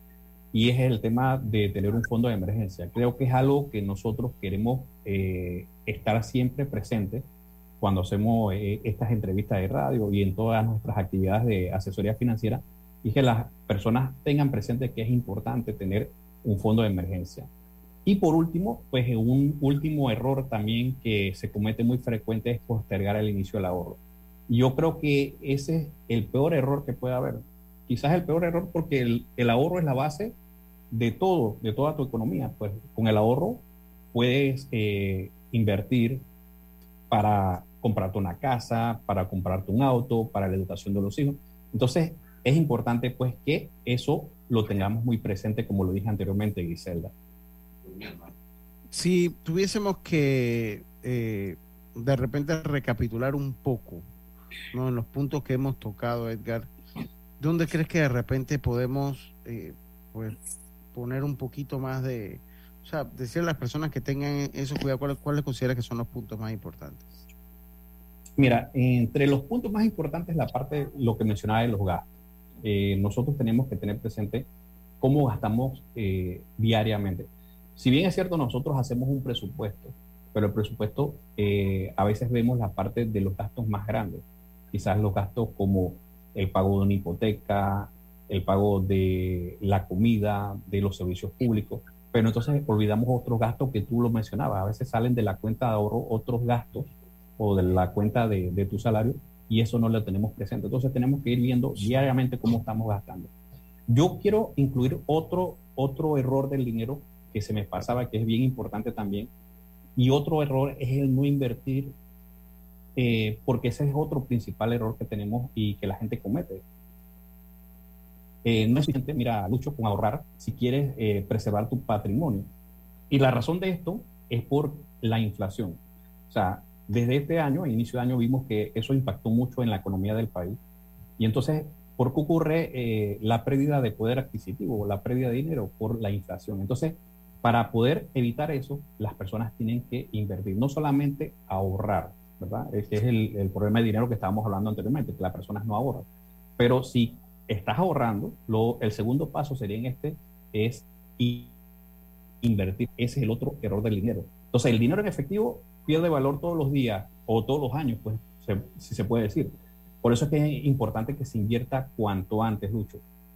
y es el tema de tener un fondo de emergencia. Creo que es algo que nosotros queremos eh, estar siempre presentes cuando hacemos eh, estas entrevistas de radio y en todas nuestras actividades de asesoría financiera, y que las personas tengan presente que es importante tener un fondo de emergencia. Y por último, pues un último error también que se comete muy frecuente es postergar el inicio del ahorro. Yo creo que ese es el peor error que puede haber. Quizás el peor error porque el, el ahorro es la base de todo, de toda tu economía. Pues con el ahorro puedes eh, invertir para comprarte una casa, para comprarte un auto, para la educación de los hijos. Entonces, es importante pues que eso lo tengamos muy presente, como lo dije anteriormente, Griselda. Si tuviésemos que eh, de repente recapitular un poco, ¿no?, en los puntos que hemos tocado, Edgar, ¿dónde crees que de repente podemos eh, pues poner un poquito más de, o sea, decirle a las personas que tengan eso cuidado, cuáles cuáles consideras que son los puntos más importantes? Mira, entre los puntos más importantes la parte, lo que mencionaba de los gastos. Eh, nosotros tenemos que tener presente cómo gastamos eh, diariamente. Si bien es cierto, nosotros hacemos un presupuesto, pero el presupuesto eh, a veces vemos la parte de los gastos más grandes. Quizás los gastos como el pago de una hipoteca, el pago de la comida, de los servicios públicos, pero entonces olvidamos otros gastos que tú lo mencionabas. A veces salen de la cuenta de ahorro otros gastos o de la cuenta de, de tu salario, y eso no lo tenemos presente. Entonces tenemos que ir viendo diariamente cómo estamos gastando. Yo quiero incluir otro, otro error del dinero que se me pasaba, que es bien importante también, y otro error es el no invertir, eh, porque ese es otro principal error que tenemos y que la gente comete. Eh, no es suficiente, mira, Lucho, con ahorrar si quieres eh, preservar tu patrimonio. Y la razón de esto es por la inflación. O sea, desde este año, inicio de año, vimos que eso impactó mucho en la economía del país. Y entonces, ¿por qué ocurre eh, la pérdida de poder adquisitivo, la pérdida de dinero? Por la inflación. Entonces, para poder evitar eso, las personas tienen que invertir, no solamente ahorrar, ¿verdad? Ese es el, el problema de dinero que estábamos hablando anteriormente, que las personas no ahorran. Pero si estás ahorrando, lo, el segundo paso sería en este, es invertir. Ese es el otro error del dinero. Entonces, el dinero en efectivo pierde valor todos los días o todos los años, pues, se, si se puede decir. Por eso es que es importante que se invierta cuanto antes, Lucho.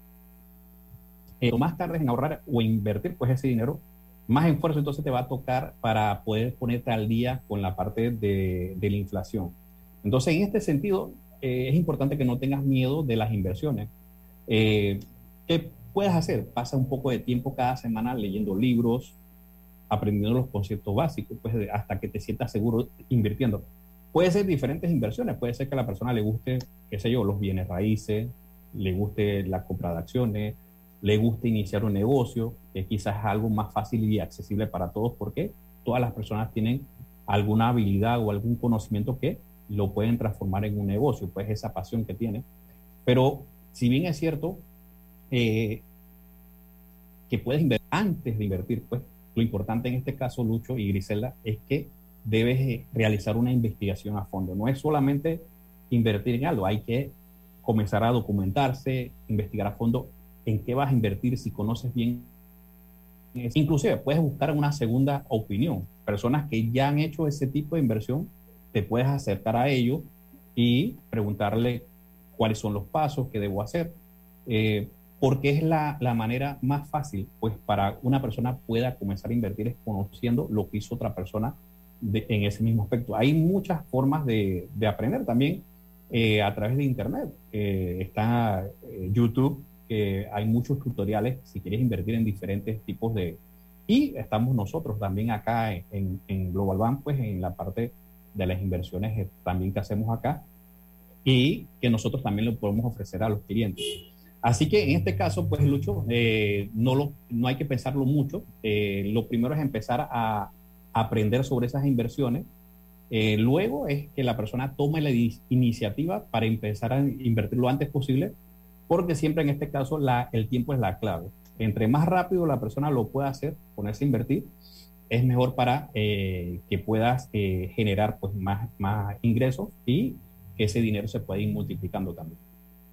Eh, lo más tarde en ahorrar o invertir, pues, ese dinero, más esfuerzo entonces te va a tocar para poder ponerte al día con la parte de, de la inflación. Entonces, en este sentido, eh, es importante que no tengas miedo de las inversiones. Eh, ¿Qué puedes hacer? Pasa un poco de tiempo cada semana leyendo libros, aprendiendo los conceptos básicos, pues hasta que te sientas seguro invirtiendo. Puede ser diferentes inversiones, puede ser que a la persona le guste, qué sé yo, los bienes raíces, le guste la compra de acciones, le guste iniciar un negocio, que quizás es algo más fácil y accesible para todos, porque todas las personas tienen alguna habilidad o algún conocimiento que lo pueden transformar en un negocio, pues esa pasión que tienen. Pero si bien es cierto eh, que puedes invertir antes de invertir, pues lo importante en este caso, Lucho y Griselda, es que debes eh, realizar una investigación a fondo. No es solamente invertir en algo, hay que comenzar a documentarse, investigar a fondo en qué vas a invertir, si conoces bien. Inclusive puedes buscar una segunda opinión. Personas que ya han hecho ese tipo de inversión, te puedes acercar a ellos y preguntarle cuáles son los pasos que debo hacer, eh, porque es la, la manera más fácil, pues, para una persona pueda comenzar a invertir, es conociendo lo que hizo otra persona de, en ese mismo aspecto. Hay muchas formas de, de aprender también eh, a través de Internet. Eh, está eh, YouTube, que hay muchos tutoriales si quieres invertir en diferentes tipos de... Y estamos nosotros también acá en, en Global Bank, pues en la parte de las inversiones eh, también que hacemos acá, y que nosotros también lo podemos ofrecer a los clientes. Así que en este caso, pues, Lucho, eh, no, lo, no hay que pensarlo mucho. Eh, lo primero es empezar a, a aprender sobre esas inversiones. Eh, luego es que la persona tome la iniciativa para empezar a invertir lo antes posible, porque siempre en este caso la, el tiempo es la clave. Entre más rápido la persona lo pueda hacer, ponerse a invertir, es mejor para eh, que puedas eh, generar, pues, más, más ingresos y que ese dinero se pueda ir multiplicando también.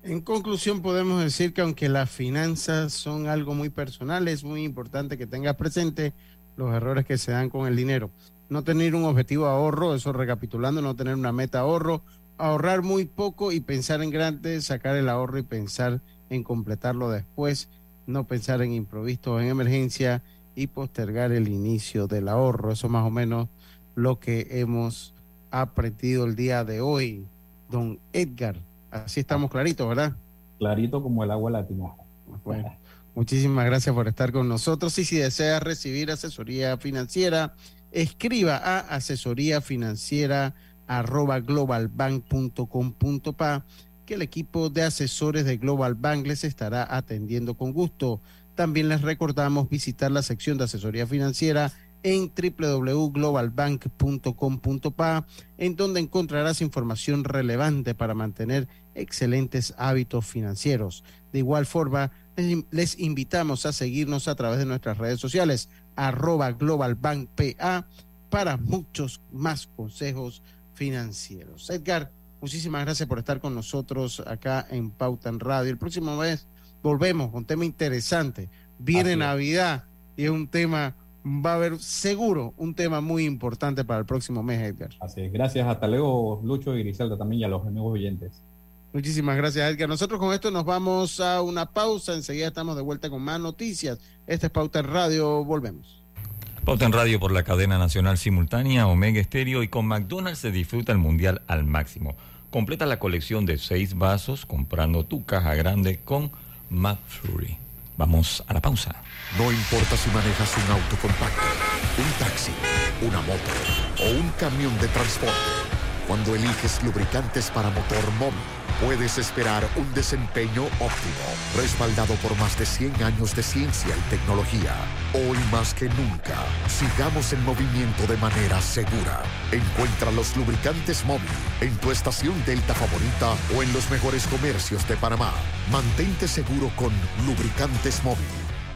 En conclusión, podemos decir que aunque las finanzas son algo muy personal, es muy importante que tengas presente los errores que se dan con el dinero. No tener un objetivo de ahorro, eso recapitulando, no tener una meta de ahorro, ahorrar muy poco y pensar en grande, sacar el ahorro y pensar en completarlo después, no pensar en imprevistos, en emergencia y postergar el inicio del ahorro. Eso más o menos lo que hemos aprendido el día de hoy, don Edgar. Así estamos claritos, ¿verdad? Clarito como el agua la tinaja. Bueno, muchísimas gracias por estar con nosotros. Y si desea recibir asesoría financiera, escriba a asesoría financiera arroba globalbank punto com punto pa, que el equipo de asesores de Global Bank les estará atendiendo con gusto. También les recordamos visitar la sección de asesoría financiera en doble u doble u doble u punto global bank punto com punto pa, en donde encontrarás información relevante para mantener excelentes hábitos financieros. De igual forma, les invitamos a seguirnos a través de nuestras redes sociales, arroba globalbankpa, para muchos más consejos financieros. Edgar, muchísimas gracias por estar con nosotros acá en Pauta en Radio. El próximo mes volvemos con un tema interesante. Viene Así Navidad es. y es un tema, va a haber seguro un tema muy importante para el próximo mes, Edgar. Así es. Gracias. Hasta luego, Lucho y Griselda también, y a los amigos oyentes. Muchísimas gracias, Edgar. Nosotros con esto nos vamos a una pausa. Enseguida estamos de vuelta con más noticias. Este es Pauta en Radio. Volvemos. Pauta en Radio por la cadena nacional simultánea Omega Estéreo, y con McDonald's se disfruta el mundial al máximo. Completa la colección de seis vasos comprando tu caja grande con McFlurry. Vamos a la pausa. No importa si manejas un auto compacto, un taxi, una moto o un camión de transporte. Cuando eliges lubricantes para motor móvil, puedes esperar un desempeño óptimo, respaldado por más de cien años de ciencia y tecnología. Hoy más que nunca, sigamos en movimiento de manera segura. Encuentra los lubricantes móvil en tu estación Delta favorita o en los mejores comercios de Panamá. Mantente seguro con lubricantes móvil.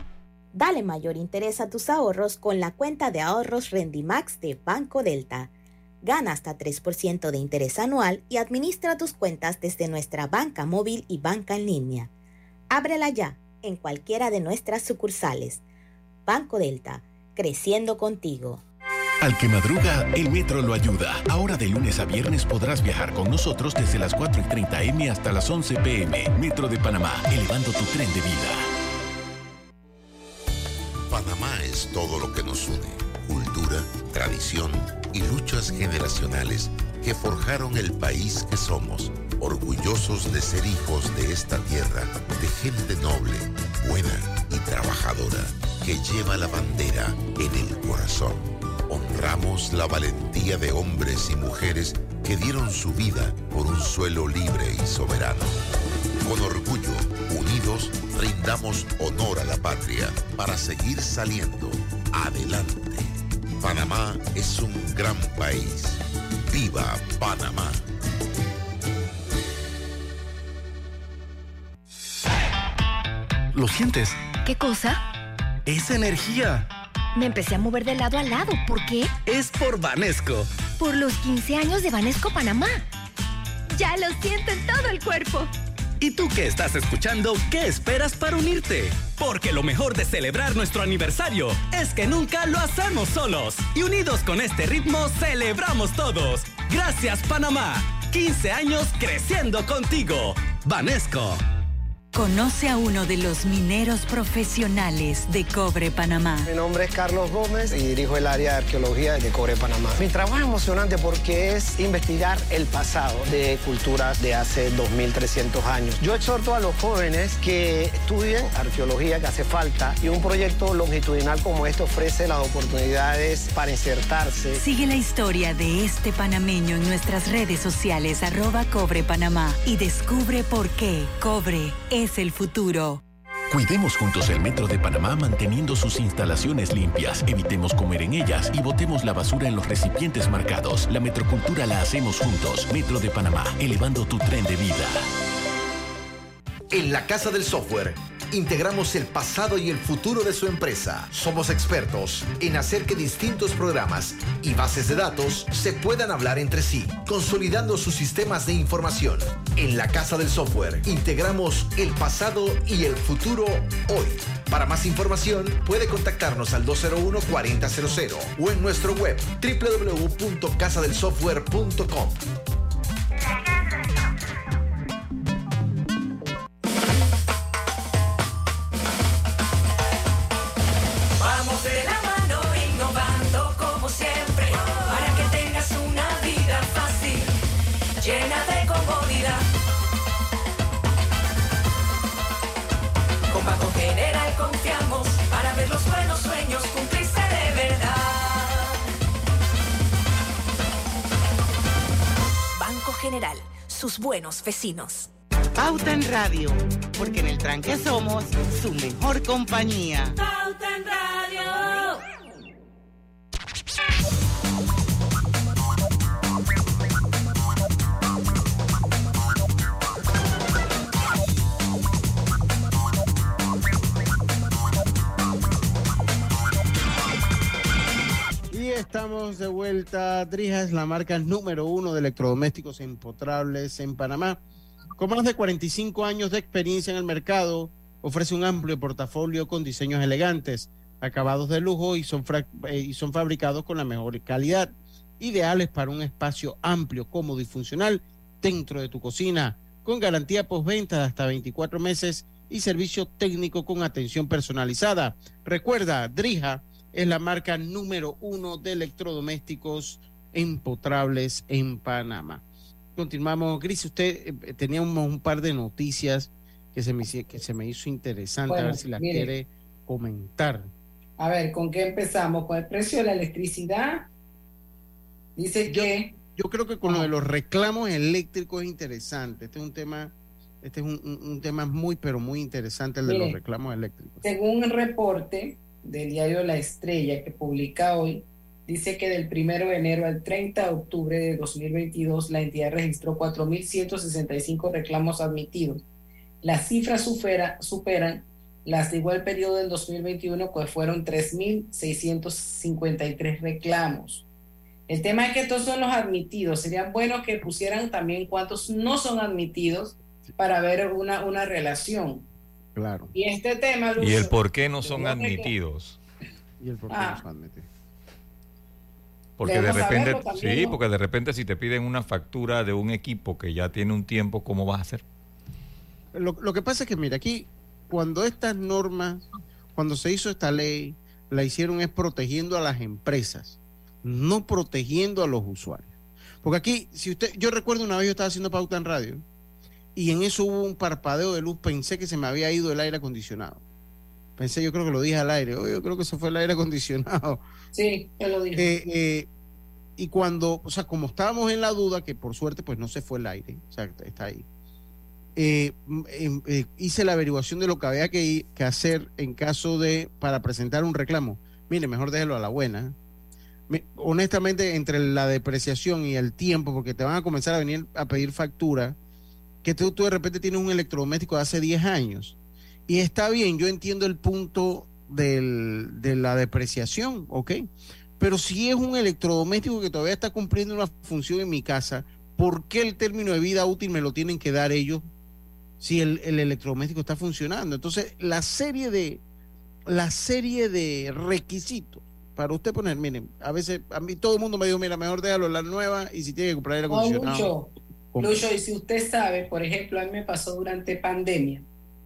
Dale mayor interés a tus ahorros con la cuenta de ahorros Rendimax de Banco Delta. Gana hasta tres por ciento de interés anual y administra tus cuentas desde nuestra banca móvil y banca en línea. Ábrela ya en cualquiera de nuestras sucursales. Banco Delta, creciendo contigo. Al que madruga, el metro lo ayuda. Ahora de lunes a viernes podrás viajar con nosotros desde las cuatro y treinta eme hasta las once pe eme. Metro de Panamá, elevando tu tren de vida. Panamá es todo lo que nos une. Cultura, tradición y luchas generacionales que forjaron el país que somos, orgullosos de ser hijos de esta tierra, de gente noble, buena y trabajadora, que lleva la bandera en el corazón. Honramos la valentía de hombres y mujeres que dieron su vida por un suelo libre y soberano. Con orgullo, unidos, rindamos honor a la patria para seguir saliendo adelante. Panamá es un gran país. ¡Viva Panamá! ¿Lo sientes? ¿Qué cosa? ¡Es energía! Me empecé a mover de lado a lado. ¿Por qué? Es por Banesco. Por los quince años de Banesco Panamá. Ya lo siento en todo el cuerpo. ¿Y tú que estás escuchando, qué esperas para unirte? Porque lo mejor de celebrar nuestro aniversario es que nunca lo hacemos solos. Y unidos con este ritmo, celebramos todos. Gracias, Panamá. quince años creciendo contigo. Banesco. Conoce a uno de los mineros profesionales de Cobre Panamá. Mi nombre es Carlos Gómez y dirijo el área de arqueología de Cobre Panamá. Mi trabajo es emocionante porque es investigar el pasado de culturas de hace dos mil trescientos años. Yo exhorto a los jóvenes que estudien arqueología, que hace falta, y un proyecto longitudinal como este ofrece las oportunidades para insertarse. Sigue la historia de este panameño en nuestras redes sociales, arroba Cobre Panamá, y descubre por qué Cobre es el futuro. Cuidemos juntos el Metro de Panamá manteniendo sus instalaciones limpias. Evitemos comer en ellas y botemos la basura en los recipientes marcados. La metrocultura la hacemos juntos. Metro de Panamá, elevando tu tren de vida. En la Casa del Software integramos el pasado y el futuro de su empresa. Somos expertos en hacer que distintos programas y bases de datos se puedan hablar entre sí, consolidando sus sistemas de información. En la Casa del Software integramos el pasado y el futuro hoy. Para más información puede contactarnos al dos cero uno, cuatro cero cero cero o en nuestro web doble u doble u doble u punto casa del software punto com. Vamos de la mano innovando como siempre, para que tengas una vida fácil, llena de comodidad. Con Banco General confiamos para ver los buenos sueños cumplirse de verdad. Banco General, sus buenos vecinos. Pauta en Radio, porque en el tranque somos su mejor compañía. Pauta en Radio. Y estamos de vuelta. Drija es la marca número uno de electrodomésticos empotrables en Panamá. Con más de cuarenta y cinco años de experiencia en el mercado, ofrece un amplio portafolio con diseños elegantes, acabados de lujo y son, eh, y son fabricados con la mejor calidad, ideales para un espacio amplio, cómodo y funcional dentro de tu cocina, con garantía postventa de hasta veinticuatro meses y servicio técnico con atención personalizada. Recuerda, Drija es la marca número uno de electrodomésticos empotrables en Panamá. Continuamos. Gris, usted eh, tenía un, un par de noticias que se me, que se me hizo interesante, bueno, a ver si las mire, quiere comentar. A ver, ¿con qué empezamos? ¿Con el precio de la electricidad? Dice yo, que... Yo creo que con ah. lo de los reclamos eléctricos es interesante. Este es un tema, este es un, un, un tema muy, pero muy interesante, el mire, de los reclamos eléctricos. Según el reporte del diario La Estrella que publica hoy, dice que del primero de enero al treinta de octubre de dos mil veintidós la entidad registró cuatro mil ciento sesenta y cinco reclamos admitidos. Las cifras supera, superan las de igual periodo del dos mil veintiuno, que fueron tres mil seiscientos cincuenta y tres reclamos. El tema es que estos son los admitidos. Sería bueno que pusieran también cuántos no son admitidos para ver una, una relación. Claro. Y este tema... Lucio, ¿y el por qué no son admitidos? Que... ¿Y el por qué ah. no son admitidos? Porque de repente, también, sí, ¿no? porque de repente si te piden una factura de un equipo que ya tiene un tiempo, ¿cómo vas a hacer? Lo, lo que pasa es que, mira, aquí, cuando estas normas, cuando se hizo esta ley, la hicieron es protegiendo a las empresas, no protegiendo a los usuarios. Porque aquí, si usted, yo recuerdo una vez yo estaba haciendo Pauta en Radio, y en eso hubo un parpadeo de luz, pensé que se me había ido el aire acondicionado. Pensé, yo creo que lo dije al aire, oh, yo creo que eso fue el aire acondicionado. Sí, yo lo dije. Eh, eh, y cuando, o sea, como estábamos en la duda, que por suerte pues no se fue el aire, o sea, está ahí, eh, eh, eh, hice la averiguación de lo que había que, que hacer en caso de, para presentar un reclamo. Mire, mejor déjelo a la buena. Me, honestamente, entre la depreciación y el tiempo, porque te van a comenzar a venir a pedir factura, que tú, tú de repente tienes un electrodoméstico de hace diez años. Y está bien, yo entiendo el punto del, de la depreciación, ¿ok? Pero si es un electrodoméstico que todavía está cumpliendo una función en mi casa, ¿por qué el término de vida útil me lo tienen que dar ellos si el, el electrodoméstico está funcionando? Entonces, la serie de la serie de requisitos para usted poner, miren, a veces a mí todo el mundo me dijo, mira, mejor déjalo en la nueva y si tiene que comprar aire acondicionado. No, Lucho, Lucho, y si usted sabe, por ejemplo, a mí me pasó durante pandemia,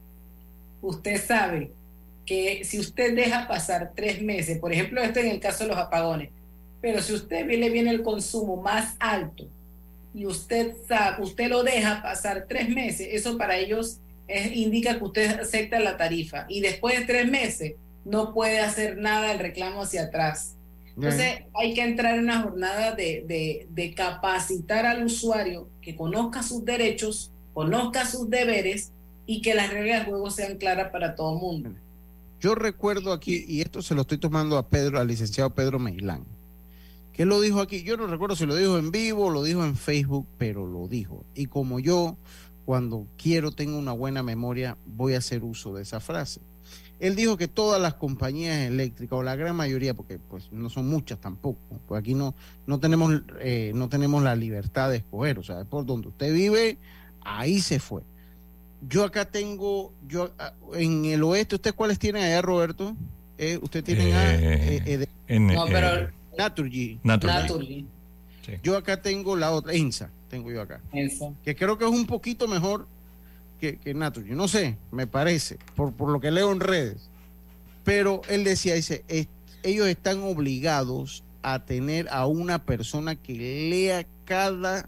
usted sabe que si usted deja pasar tres meses, por ejemplo, esto en el caso de los apagones, pero si usted le viene el consumo más alto y usted sabe, usted lo deja pasar tres meses, eso para ellos es, indica que usted acepta la tarifa y después de tres meses no puede hacer nada el reclamo hacia atrás. Entonces uh-huh. hay que entrar en una jornada de, de, de capacitar al usuario que conozca sus derechos, conozca sus deberes y que las reglas del juego sean claras para todo el mundo. Yo recuerdo aquí, y esto se lo estoy tomando a Pedro, al licenciado Pedro Meilán, que él lo dijo aquí, yo no recuerdo si lo dijo en vivo o lo dijo en Facebook, pero lo dijo. Y como yo cuando quiero, tengo una buena memoria, voy a hacer uso de esa frase. Él dijo que todas las compañías eléctricas, o la gran mayoría, porque pues no son muchas tampoco, pues aquí no, no, tenemos, eh, no tenemos la libertad de escoger, o sea, por donde usted vive, ahí se fue. Yo acá tengo, yo en el oeste, ¿ustedes cuáles tienen allá, Roberto? Eh, ¿Usted tiene eh, a, eh, eh, de, en, no, pero eh, Naturgy. Naturgy. Naturgy. Sí. Yo acá tengo la otra, INSA, tengo yo acá. Eso. Que creo que es un poquito mejor que, que Naturgy. No sé, me parece, por, por lo que leo en redes. Pero él decía, dice, es, ellos están obligados a tener a una persona que lea cada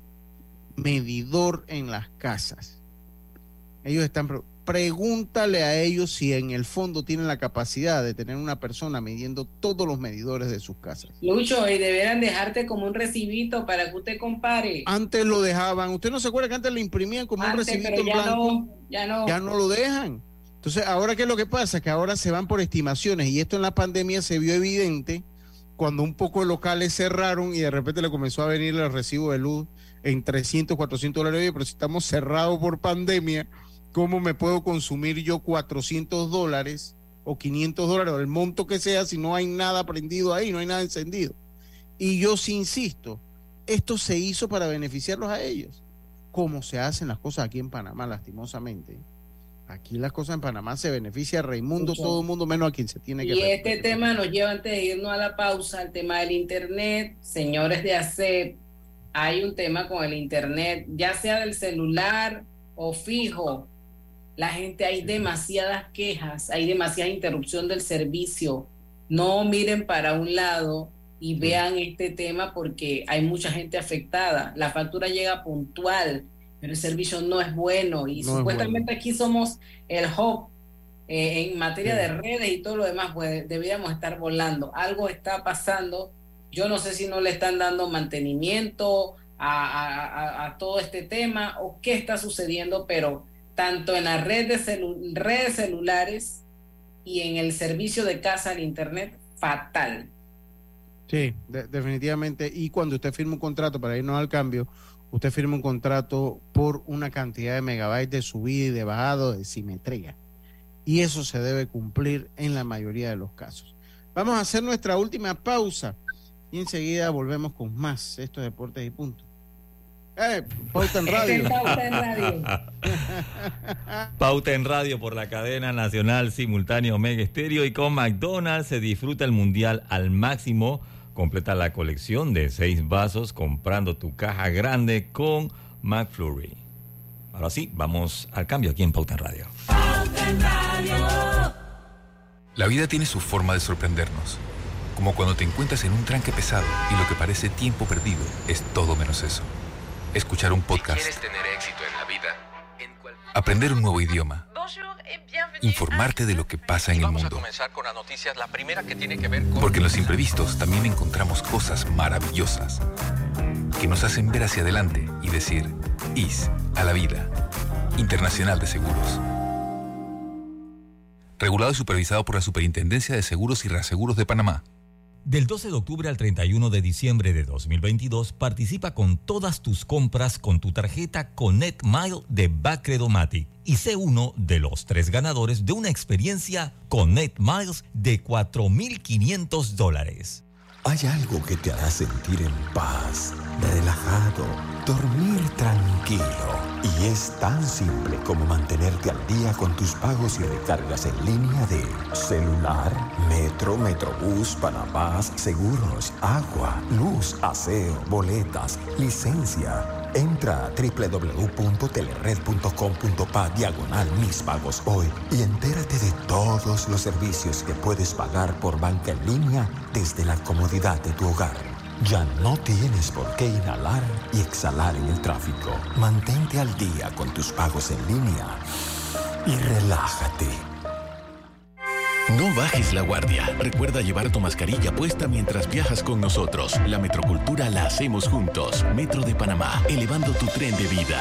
medidor en las casas. Ellos están... Pregúntale a ellos si en el fondo tienen la capacidad de tener una persona midiendo todos los medidores de sus casas. Lucho, y deberán dejarte como un recibito para que usted compare. Antes lo dejaban. ¿Usted no se acuerda que antes le imprimían como antes, un recibito pero en ya blanco? No, ya no. Ya no lo dejan. Entonces, ahora, ¿qué es lo que pasa? Que ahora se van por estimaciones, y esto en la pandemia se vio evidente cuando un poco de locales cerraron y de repente le comenzó a venir el recibo de luz en trescientos, cuatrocientos dólares. Oye, pero si estamos cerrados por pandemia, ¿cómo me puedo consumir yo cuatrocientos dólares o quinientos dólares o el monto que sea si no hay nada prendido ahí, no hay nada encendido? Y yo sí insisto, esto se hizo para beneficiarlos a ellos, como se hacen las cosas aquí en Panamá, lastimosamente. Aquí las cosas en Panamá se beneficia a Raimundo, Mucho. Todo el mundo, menos a quien se tiene que... Y este tema nos lleva, antes de irnos a la pausa, al tema del internet. Señores de A C E P, hay un tema con el internet, ya sea del celular o fijo. La gente, hay demasiadas quejas, hay demasiada interrupción del servicio. No miren para un lado y vean este tema, porque hay mucha gente afectada. La factura llega puntual, pero el servicio no es bueno. Y no supuestamente bueno. Aquí somos el hub eh, en materia sí. de redes y todo lo demás, pues deberíamos estar volando. Algo está pasando. Yo no sé si no le están dando mantenimiento a, a, a, a todo este tema o qué está sucediendo, pero tanto en la red de celu- redes celulares y en el servicio de casa al internet, fatal. Sí, de- definitivamente. Y cuando usted firma un contrato, para irnos al cambio, usted firma un contrato por una cantidad de megabytes de subida y de bajado de simetría. Y eso se debe cumplir en la mayoría de los casos. Vamos a hacer nuestra última pausa y enseguida volvemos con más estos deportes y punto. Eh, Pauta en Radio. Pauta en Radio. Pauta en Radio por la cadena nacional simultánea Omega Estéreo, y con McDonald's se disfruta el mundial al máximo. Completa la colección de seis vasos comprando tu caja grande con McFlurry. Ahora sí, vamos al cambio aquí en Pauta en Radio. Pauta en Radio. La vida tiene su forma de sorprendernos. Como cuando te encuentras en un tranque pesado y lo que parece tiempo perdido es todo menos eso. Escuchar un podcast, si quieres tener éxito en la vida, en cual... aprender un nuevo idioma, informarte de lo que pasa en el mundo. Vamos a comenzar con las noticias, la primera que tiene que ver con... Porque en los imprevistos también encontramos cosas maravillosas que nos hacen ver hacia adelante y decir I S a la vida. Internacional de Seguros. Regulado y supervisado por la Superintendencia de Seguros y Reaseguros de Panamá. Del doce de octubre al treinta y uno de diciembre de dos mil veintidós, participa con todas tus compras con tu tarjeta Connect Mile de Bacredomatic y sé uno de los tres ganadores de una experiencia Connect Miles de cuatro mil quinientos dólares. Hay algo que te hará sentir en paz, relajado, dormir tranquilo. Y es tan simple como mantenerte al día con tus pagos y recargas en línea de celular, Metro, Metrobús, Panamás, seguros, agua, luz, aseo, boletas, licencia. Entra a doble u doble u doble u punto telered punto com punto pa diagonal mis pagos hoy y entérate de todos los servicios que puedes pagar por banca en línea desde la comodidad de tu hogar. Ya no tienes por qué inhalar y exhalar en el tráfico. Mantente al día con tus pagos en línea y relájate. No bajes la guardia. Recuerda llevar tu mascarilla puesta mientras viajas con nosotros. La metrocultura la hacemos juntos. Metro de Panamá, elevando tu tren de vida.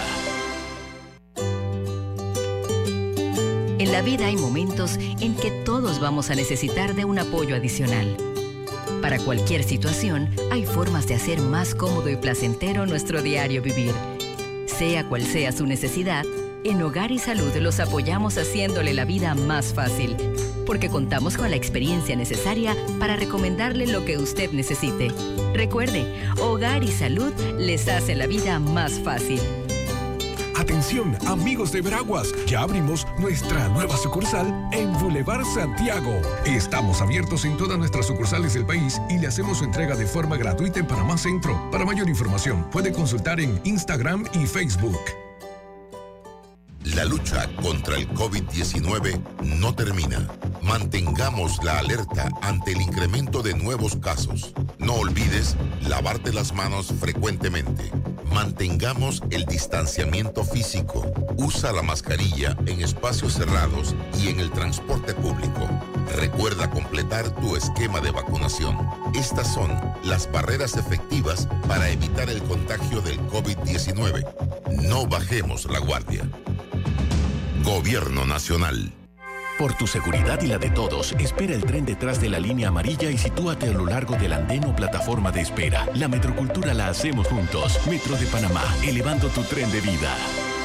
En la vida hay momentos en que todos vamos a necesitar de un apoyo adicional. Para cualquier situación, hay formas de hacer más cómodo y placentero nuestro diario vivir. Sea cual sea su necesidad, En Hogar y Salud los apoyamos haciéndole la vida más fácil, porque contamos con la experiencia necesaria para recomendarle lo que usted necesite. Recuerde, Hogar y Salud les hace la vida más fácil. Atención, amigos de Veraguas, ya abrimos nuestra nueva sucursal en Boulevard Santiago. Estamos abiertos en todas nuestras sucursales del país y le hacemos su entrega de forma gratuita en Panamá Centro. Para mayor información, puede consultar en Instagram y Facebook. La lucha contra el COVID diecinueve no termina. Mantengamos la alerta ante el incremento de nuevos casos. No olvides lavarte las manos frecuentemente. Mantengamos el distanciamiento físico. Usa la mascarilla en espacios cerrados y en el transporte público. Recuerda completar tu esquema de vacunación. Estas son las barreras efectivas para evitar el contagio del COVID diecinueve. No bajemos la guardia. Gobierno Nacional. Por tu seguridad y la de todos, espera el tren detrás de la línea amarilla y sitúate a lo largo del andén o plataforma de espera. La metrocultura la hacemos juntos. Metro de Panamá, elevando tu tren de vida.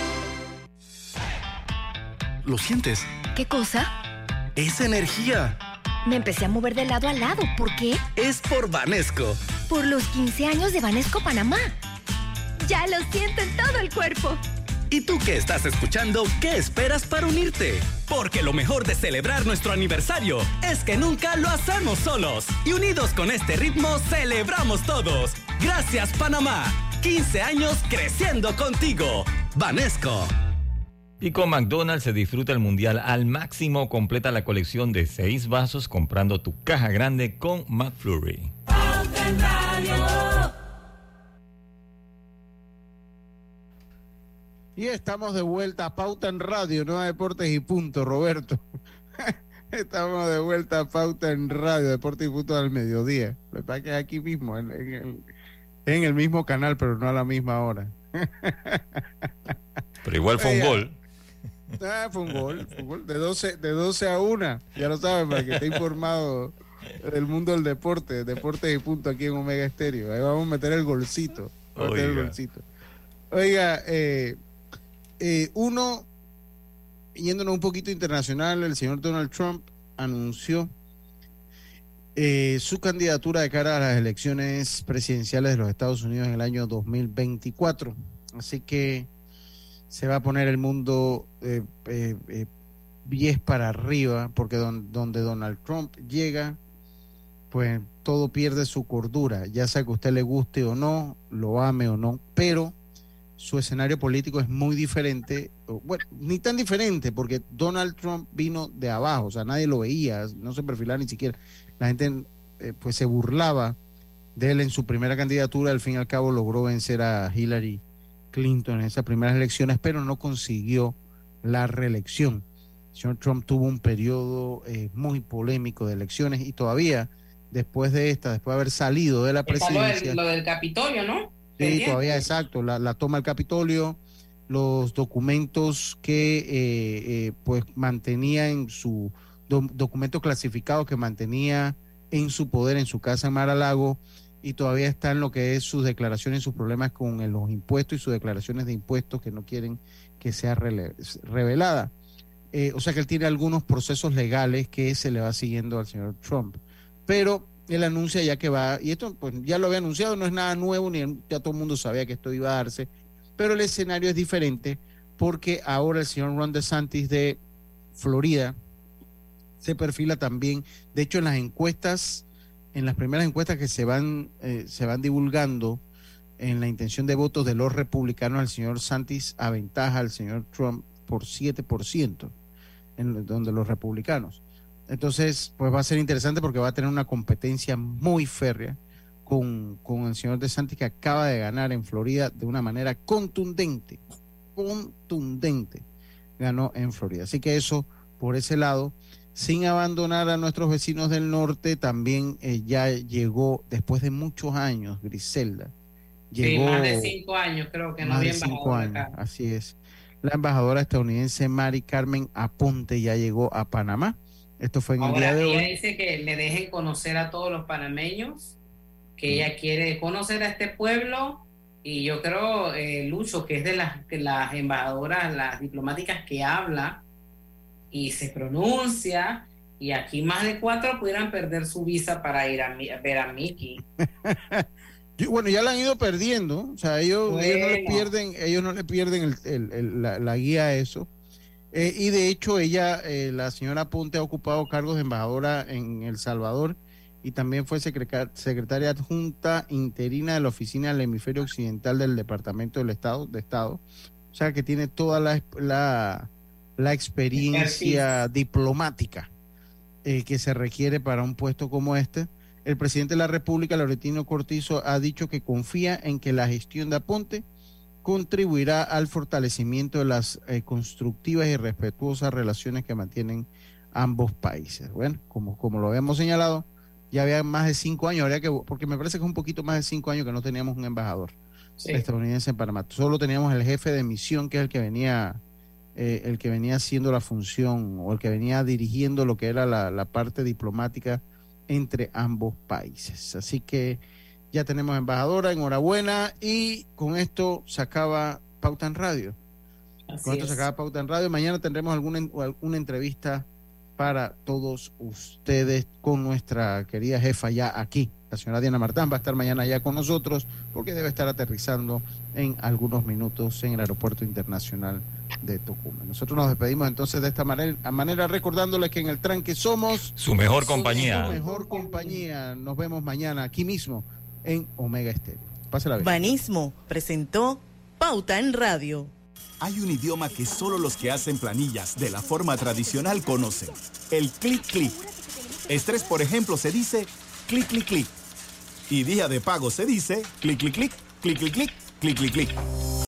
¿Lo sientes? ¿Qué cosa? Es energía. Me empecé a mover de lado a lado. ¿Por qué? Es por Banesco. Por los quince años de Banesco Panamá. Ya lo siento en todo el cuerpo. ¿Y tú que estás escuchando, qué esperas para unirte? Porque lo mejor de celebrar nuestro aniversario es que nunca lo hacemos solos. Y unidos con este ritmo, celebramos todos. Gracias, Panamá. quince años creciendo contigo. Banesco. Y con McDonald's se disfruta el mundial al máximo. Completa la colección de seis vasos comprando tu caja grande con McFlurry. Y estamos de vuelta a Pauta en Radio, no a Deportes y Punto, Roberto. Estamos de vuelta a Pauta en Radio, Deportes y Punto al mediodía. Lo que pasa es que es aquí mismo, en, en, el, en el mismo canal, pero no a la misma hora. Pero igual fue un gol. Ah, fue un gol, fue un gol de doce, de doce a una. Ya lo saben, para que esté informado del mundo del deporte, Deportes y Punto aquí en Omega Estéreo. Ahí vamos a meter el golcito. Vamos a meter el golcito. Oiga, eh... Eh, uno, yéndonos un poquito internacional, el señor Donald Trump anunció eh, su candidatura de cara a las elecciones presidenciales de los Estados Unidos en el año dos mil veinticuatro. Así que se va a poner el mundo eh, eh, eh, pies para arriba, porque don, donde Donald Trump llega, pues todo pierde su cordura, ya sea que a usted le guste o no, lo ame o no, pero su escenario político es muy diferente, bueno, ni tan diferente, porque Donald Trump vino de abajo, o sea, nadie lo veía, no se perfilaba ni siquiera, la gente eh, pues se burlaba de él en su primera candidatura, al fin y al cabo logró vencer a Hillary Clinton en esas primeras elecciones, pero no consiguió la reelección. El señor Trump tuvo un periodo eh, muy polémico de elecciones y todavía, después de esta, después de haber salido de la presidencia... Está lo del, lo del Capitolio, ¿no? Sí, todavía, exacto, la, la toma del Capitolio, los documentos que eh, eh, pues mantenía en su, do, documentos clasificados que mantenía en su poder, en su casa en Mar-a-Lago, y todavía está en lo que es sus declaraciones, sus problemas con el, los impuestos y sus declaraciones de impuestos que no quieren que sea rele, revelada. Eh, o sea que él tiene algunos procesos legales que se le va siguiendo al señor Trump, pero él anuncia ya que va, y esto pues ya lo había anunciado, no es nada nuevo, ni ya todo el mundo sabía que esto iba a darse, pero el escenario es diferente porque ahora el señor Ron DeSantis de Florida se perfila también, de hecho en las encuestas, en las primeras encuestas que se van, eh, se van divulgando en la intención de votos de los republicanos, el señor DeSantis aventaja al señor Trump por siete por ciento, en donde los republicanos. Entonces, pues va a ser interesante porque va a tener una competencia muy férrea con, con el señor DeSantis, que acaba de ganar en Florida de una manera contundente, contundente, ganó en Florida. Así que eso, por ese lado, sin abandonar a nuestros vecinos del norte, también eh, ya llegó, después de muchos años, Griselda. Llegó, sí, más de cinco años creo que no había embajadora acá. Así es. La embajadora estadounidense Mari Carmen Aponte ya llegó a Panamá. Esto fue en Ahora, el día de ella hoy. dice que le dejen conocer a todos los panameños, que ella quiere conocer a este pueblo Y yo creo, eh, Lucho, que es de las, que las embajadoras, las diplomáticas que habla y se pronuncia, y aquí más de cuatro pudieran perder su visa para ir a, a ver a Mickey. Bueno, ya la han ido perdiendo, o sea, ellos, bueno. ellos no le pierden, ellos no le pierden el, el, el, la, la guía a eso. Eh, y de hecho ella, eh, la señora Ponte, ha ocupado cargos de embajadora en El Salvador y también fue secretaria adjunta interina de la oficina del hemisferio occidental del Departamento del Estado, de Estado. O sea que tiene toda la, la, la experiencia diplomática eh, que se requiere para un puesto como este. El presidente de la República, Laurentino Cortizo, ha dicho que confía en que la gestión de Aponte contribuirá al fortalecimiento de las eh, constructivas y respetuosas relaciones que mantienen ambos países. Bueno, como, como lo habíamos señalado, ya había más de cinco años, habría que, porque me parece que es un poquito más de cinco años que no teníamos un embajador sí. estadounidense en Panamá. Solo teníamos el jefe de misión, que es el que venía, eh, el que venía haciendo la función, o el que venía dirigiendo lo que era la, la parte diplomática entre ambos países. Así que ya tenemos embajadora, enhorabuena, y con esto se acaba Pauta en Radio. Así con esto es. se acaba Pauta en Radio. Mañana tendremos alguna, alguna entrevista para todos ustedes con nuestra querida jefa ya aquí. La señora Diana Martán va a estar mañana ya con nosotros porque debe estar aterrizando en algunos minutos en el Aeropuerto Internacional de Tocumen. Nosotros nos despedimos entonces de esta manera, manera recordándoles que en el tranque somos su mejor compañía. Su mejor compañía. Nos vemos mañana aquí mismo en Omega Estéreo. Pásala bien. Banismo presentó Pauta en Radio. Hay un idioma que solo los que hacen planillas de la forma tradicional conocen. El clic clic. Estrés, por ejemplo, se dice clic clic clic. Y día de pago se dice clic clic clic, clic clic clic, clic clic clic.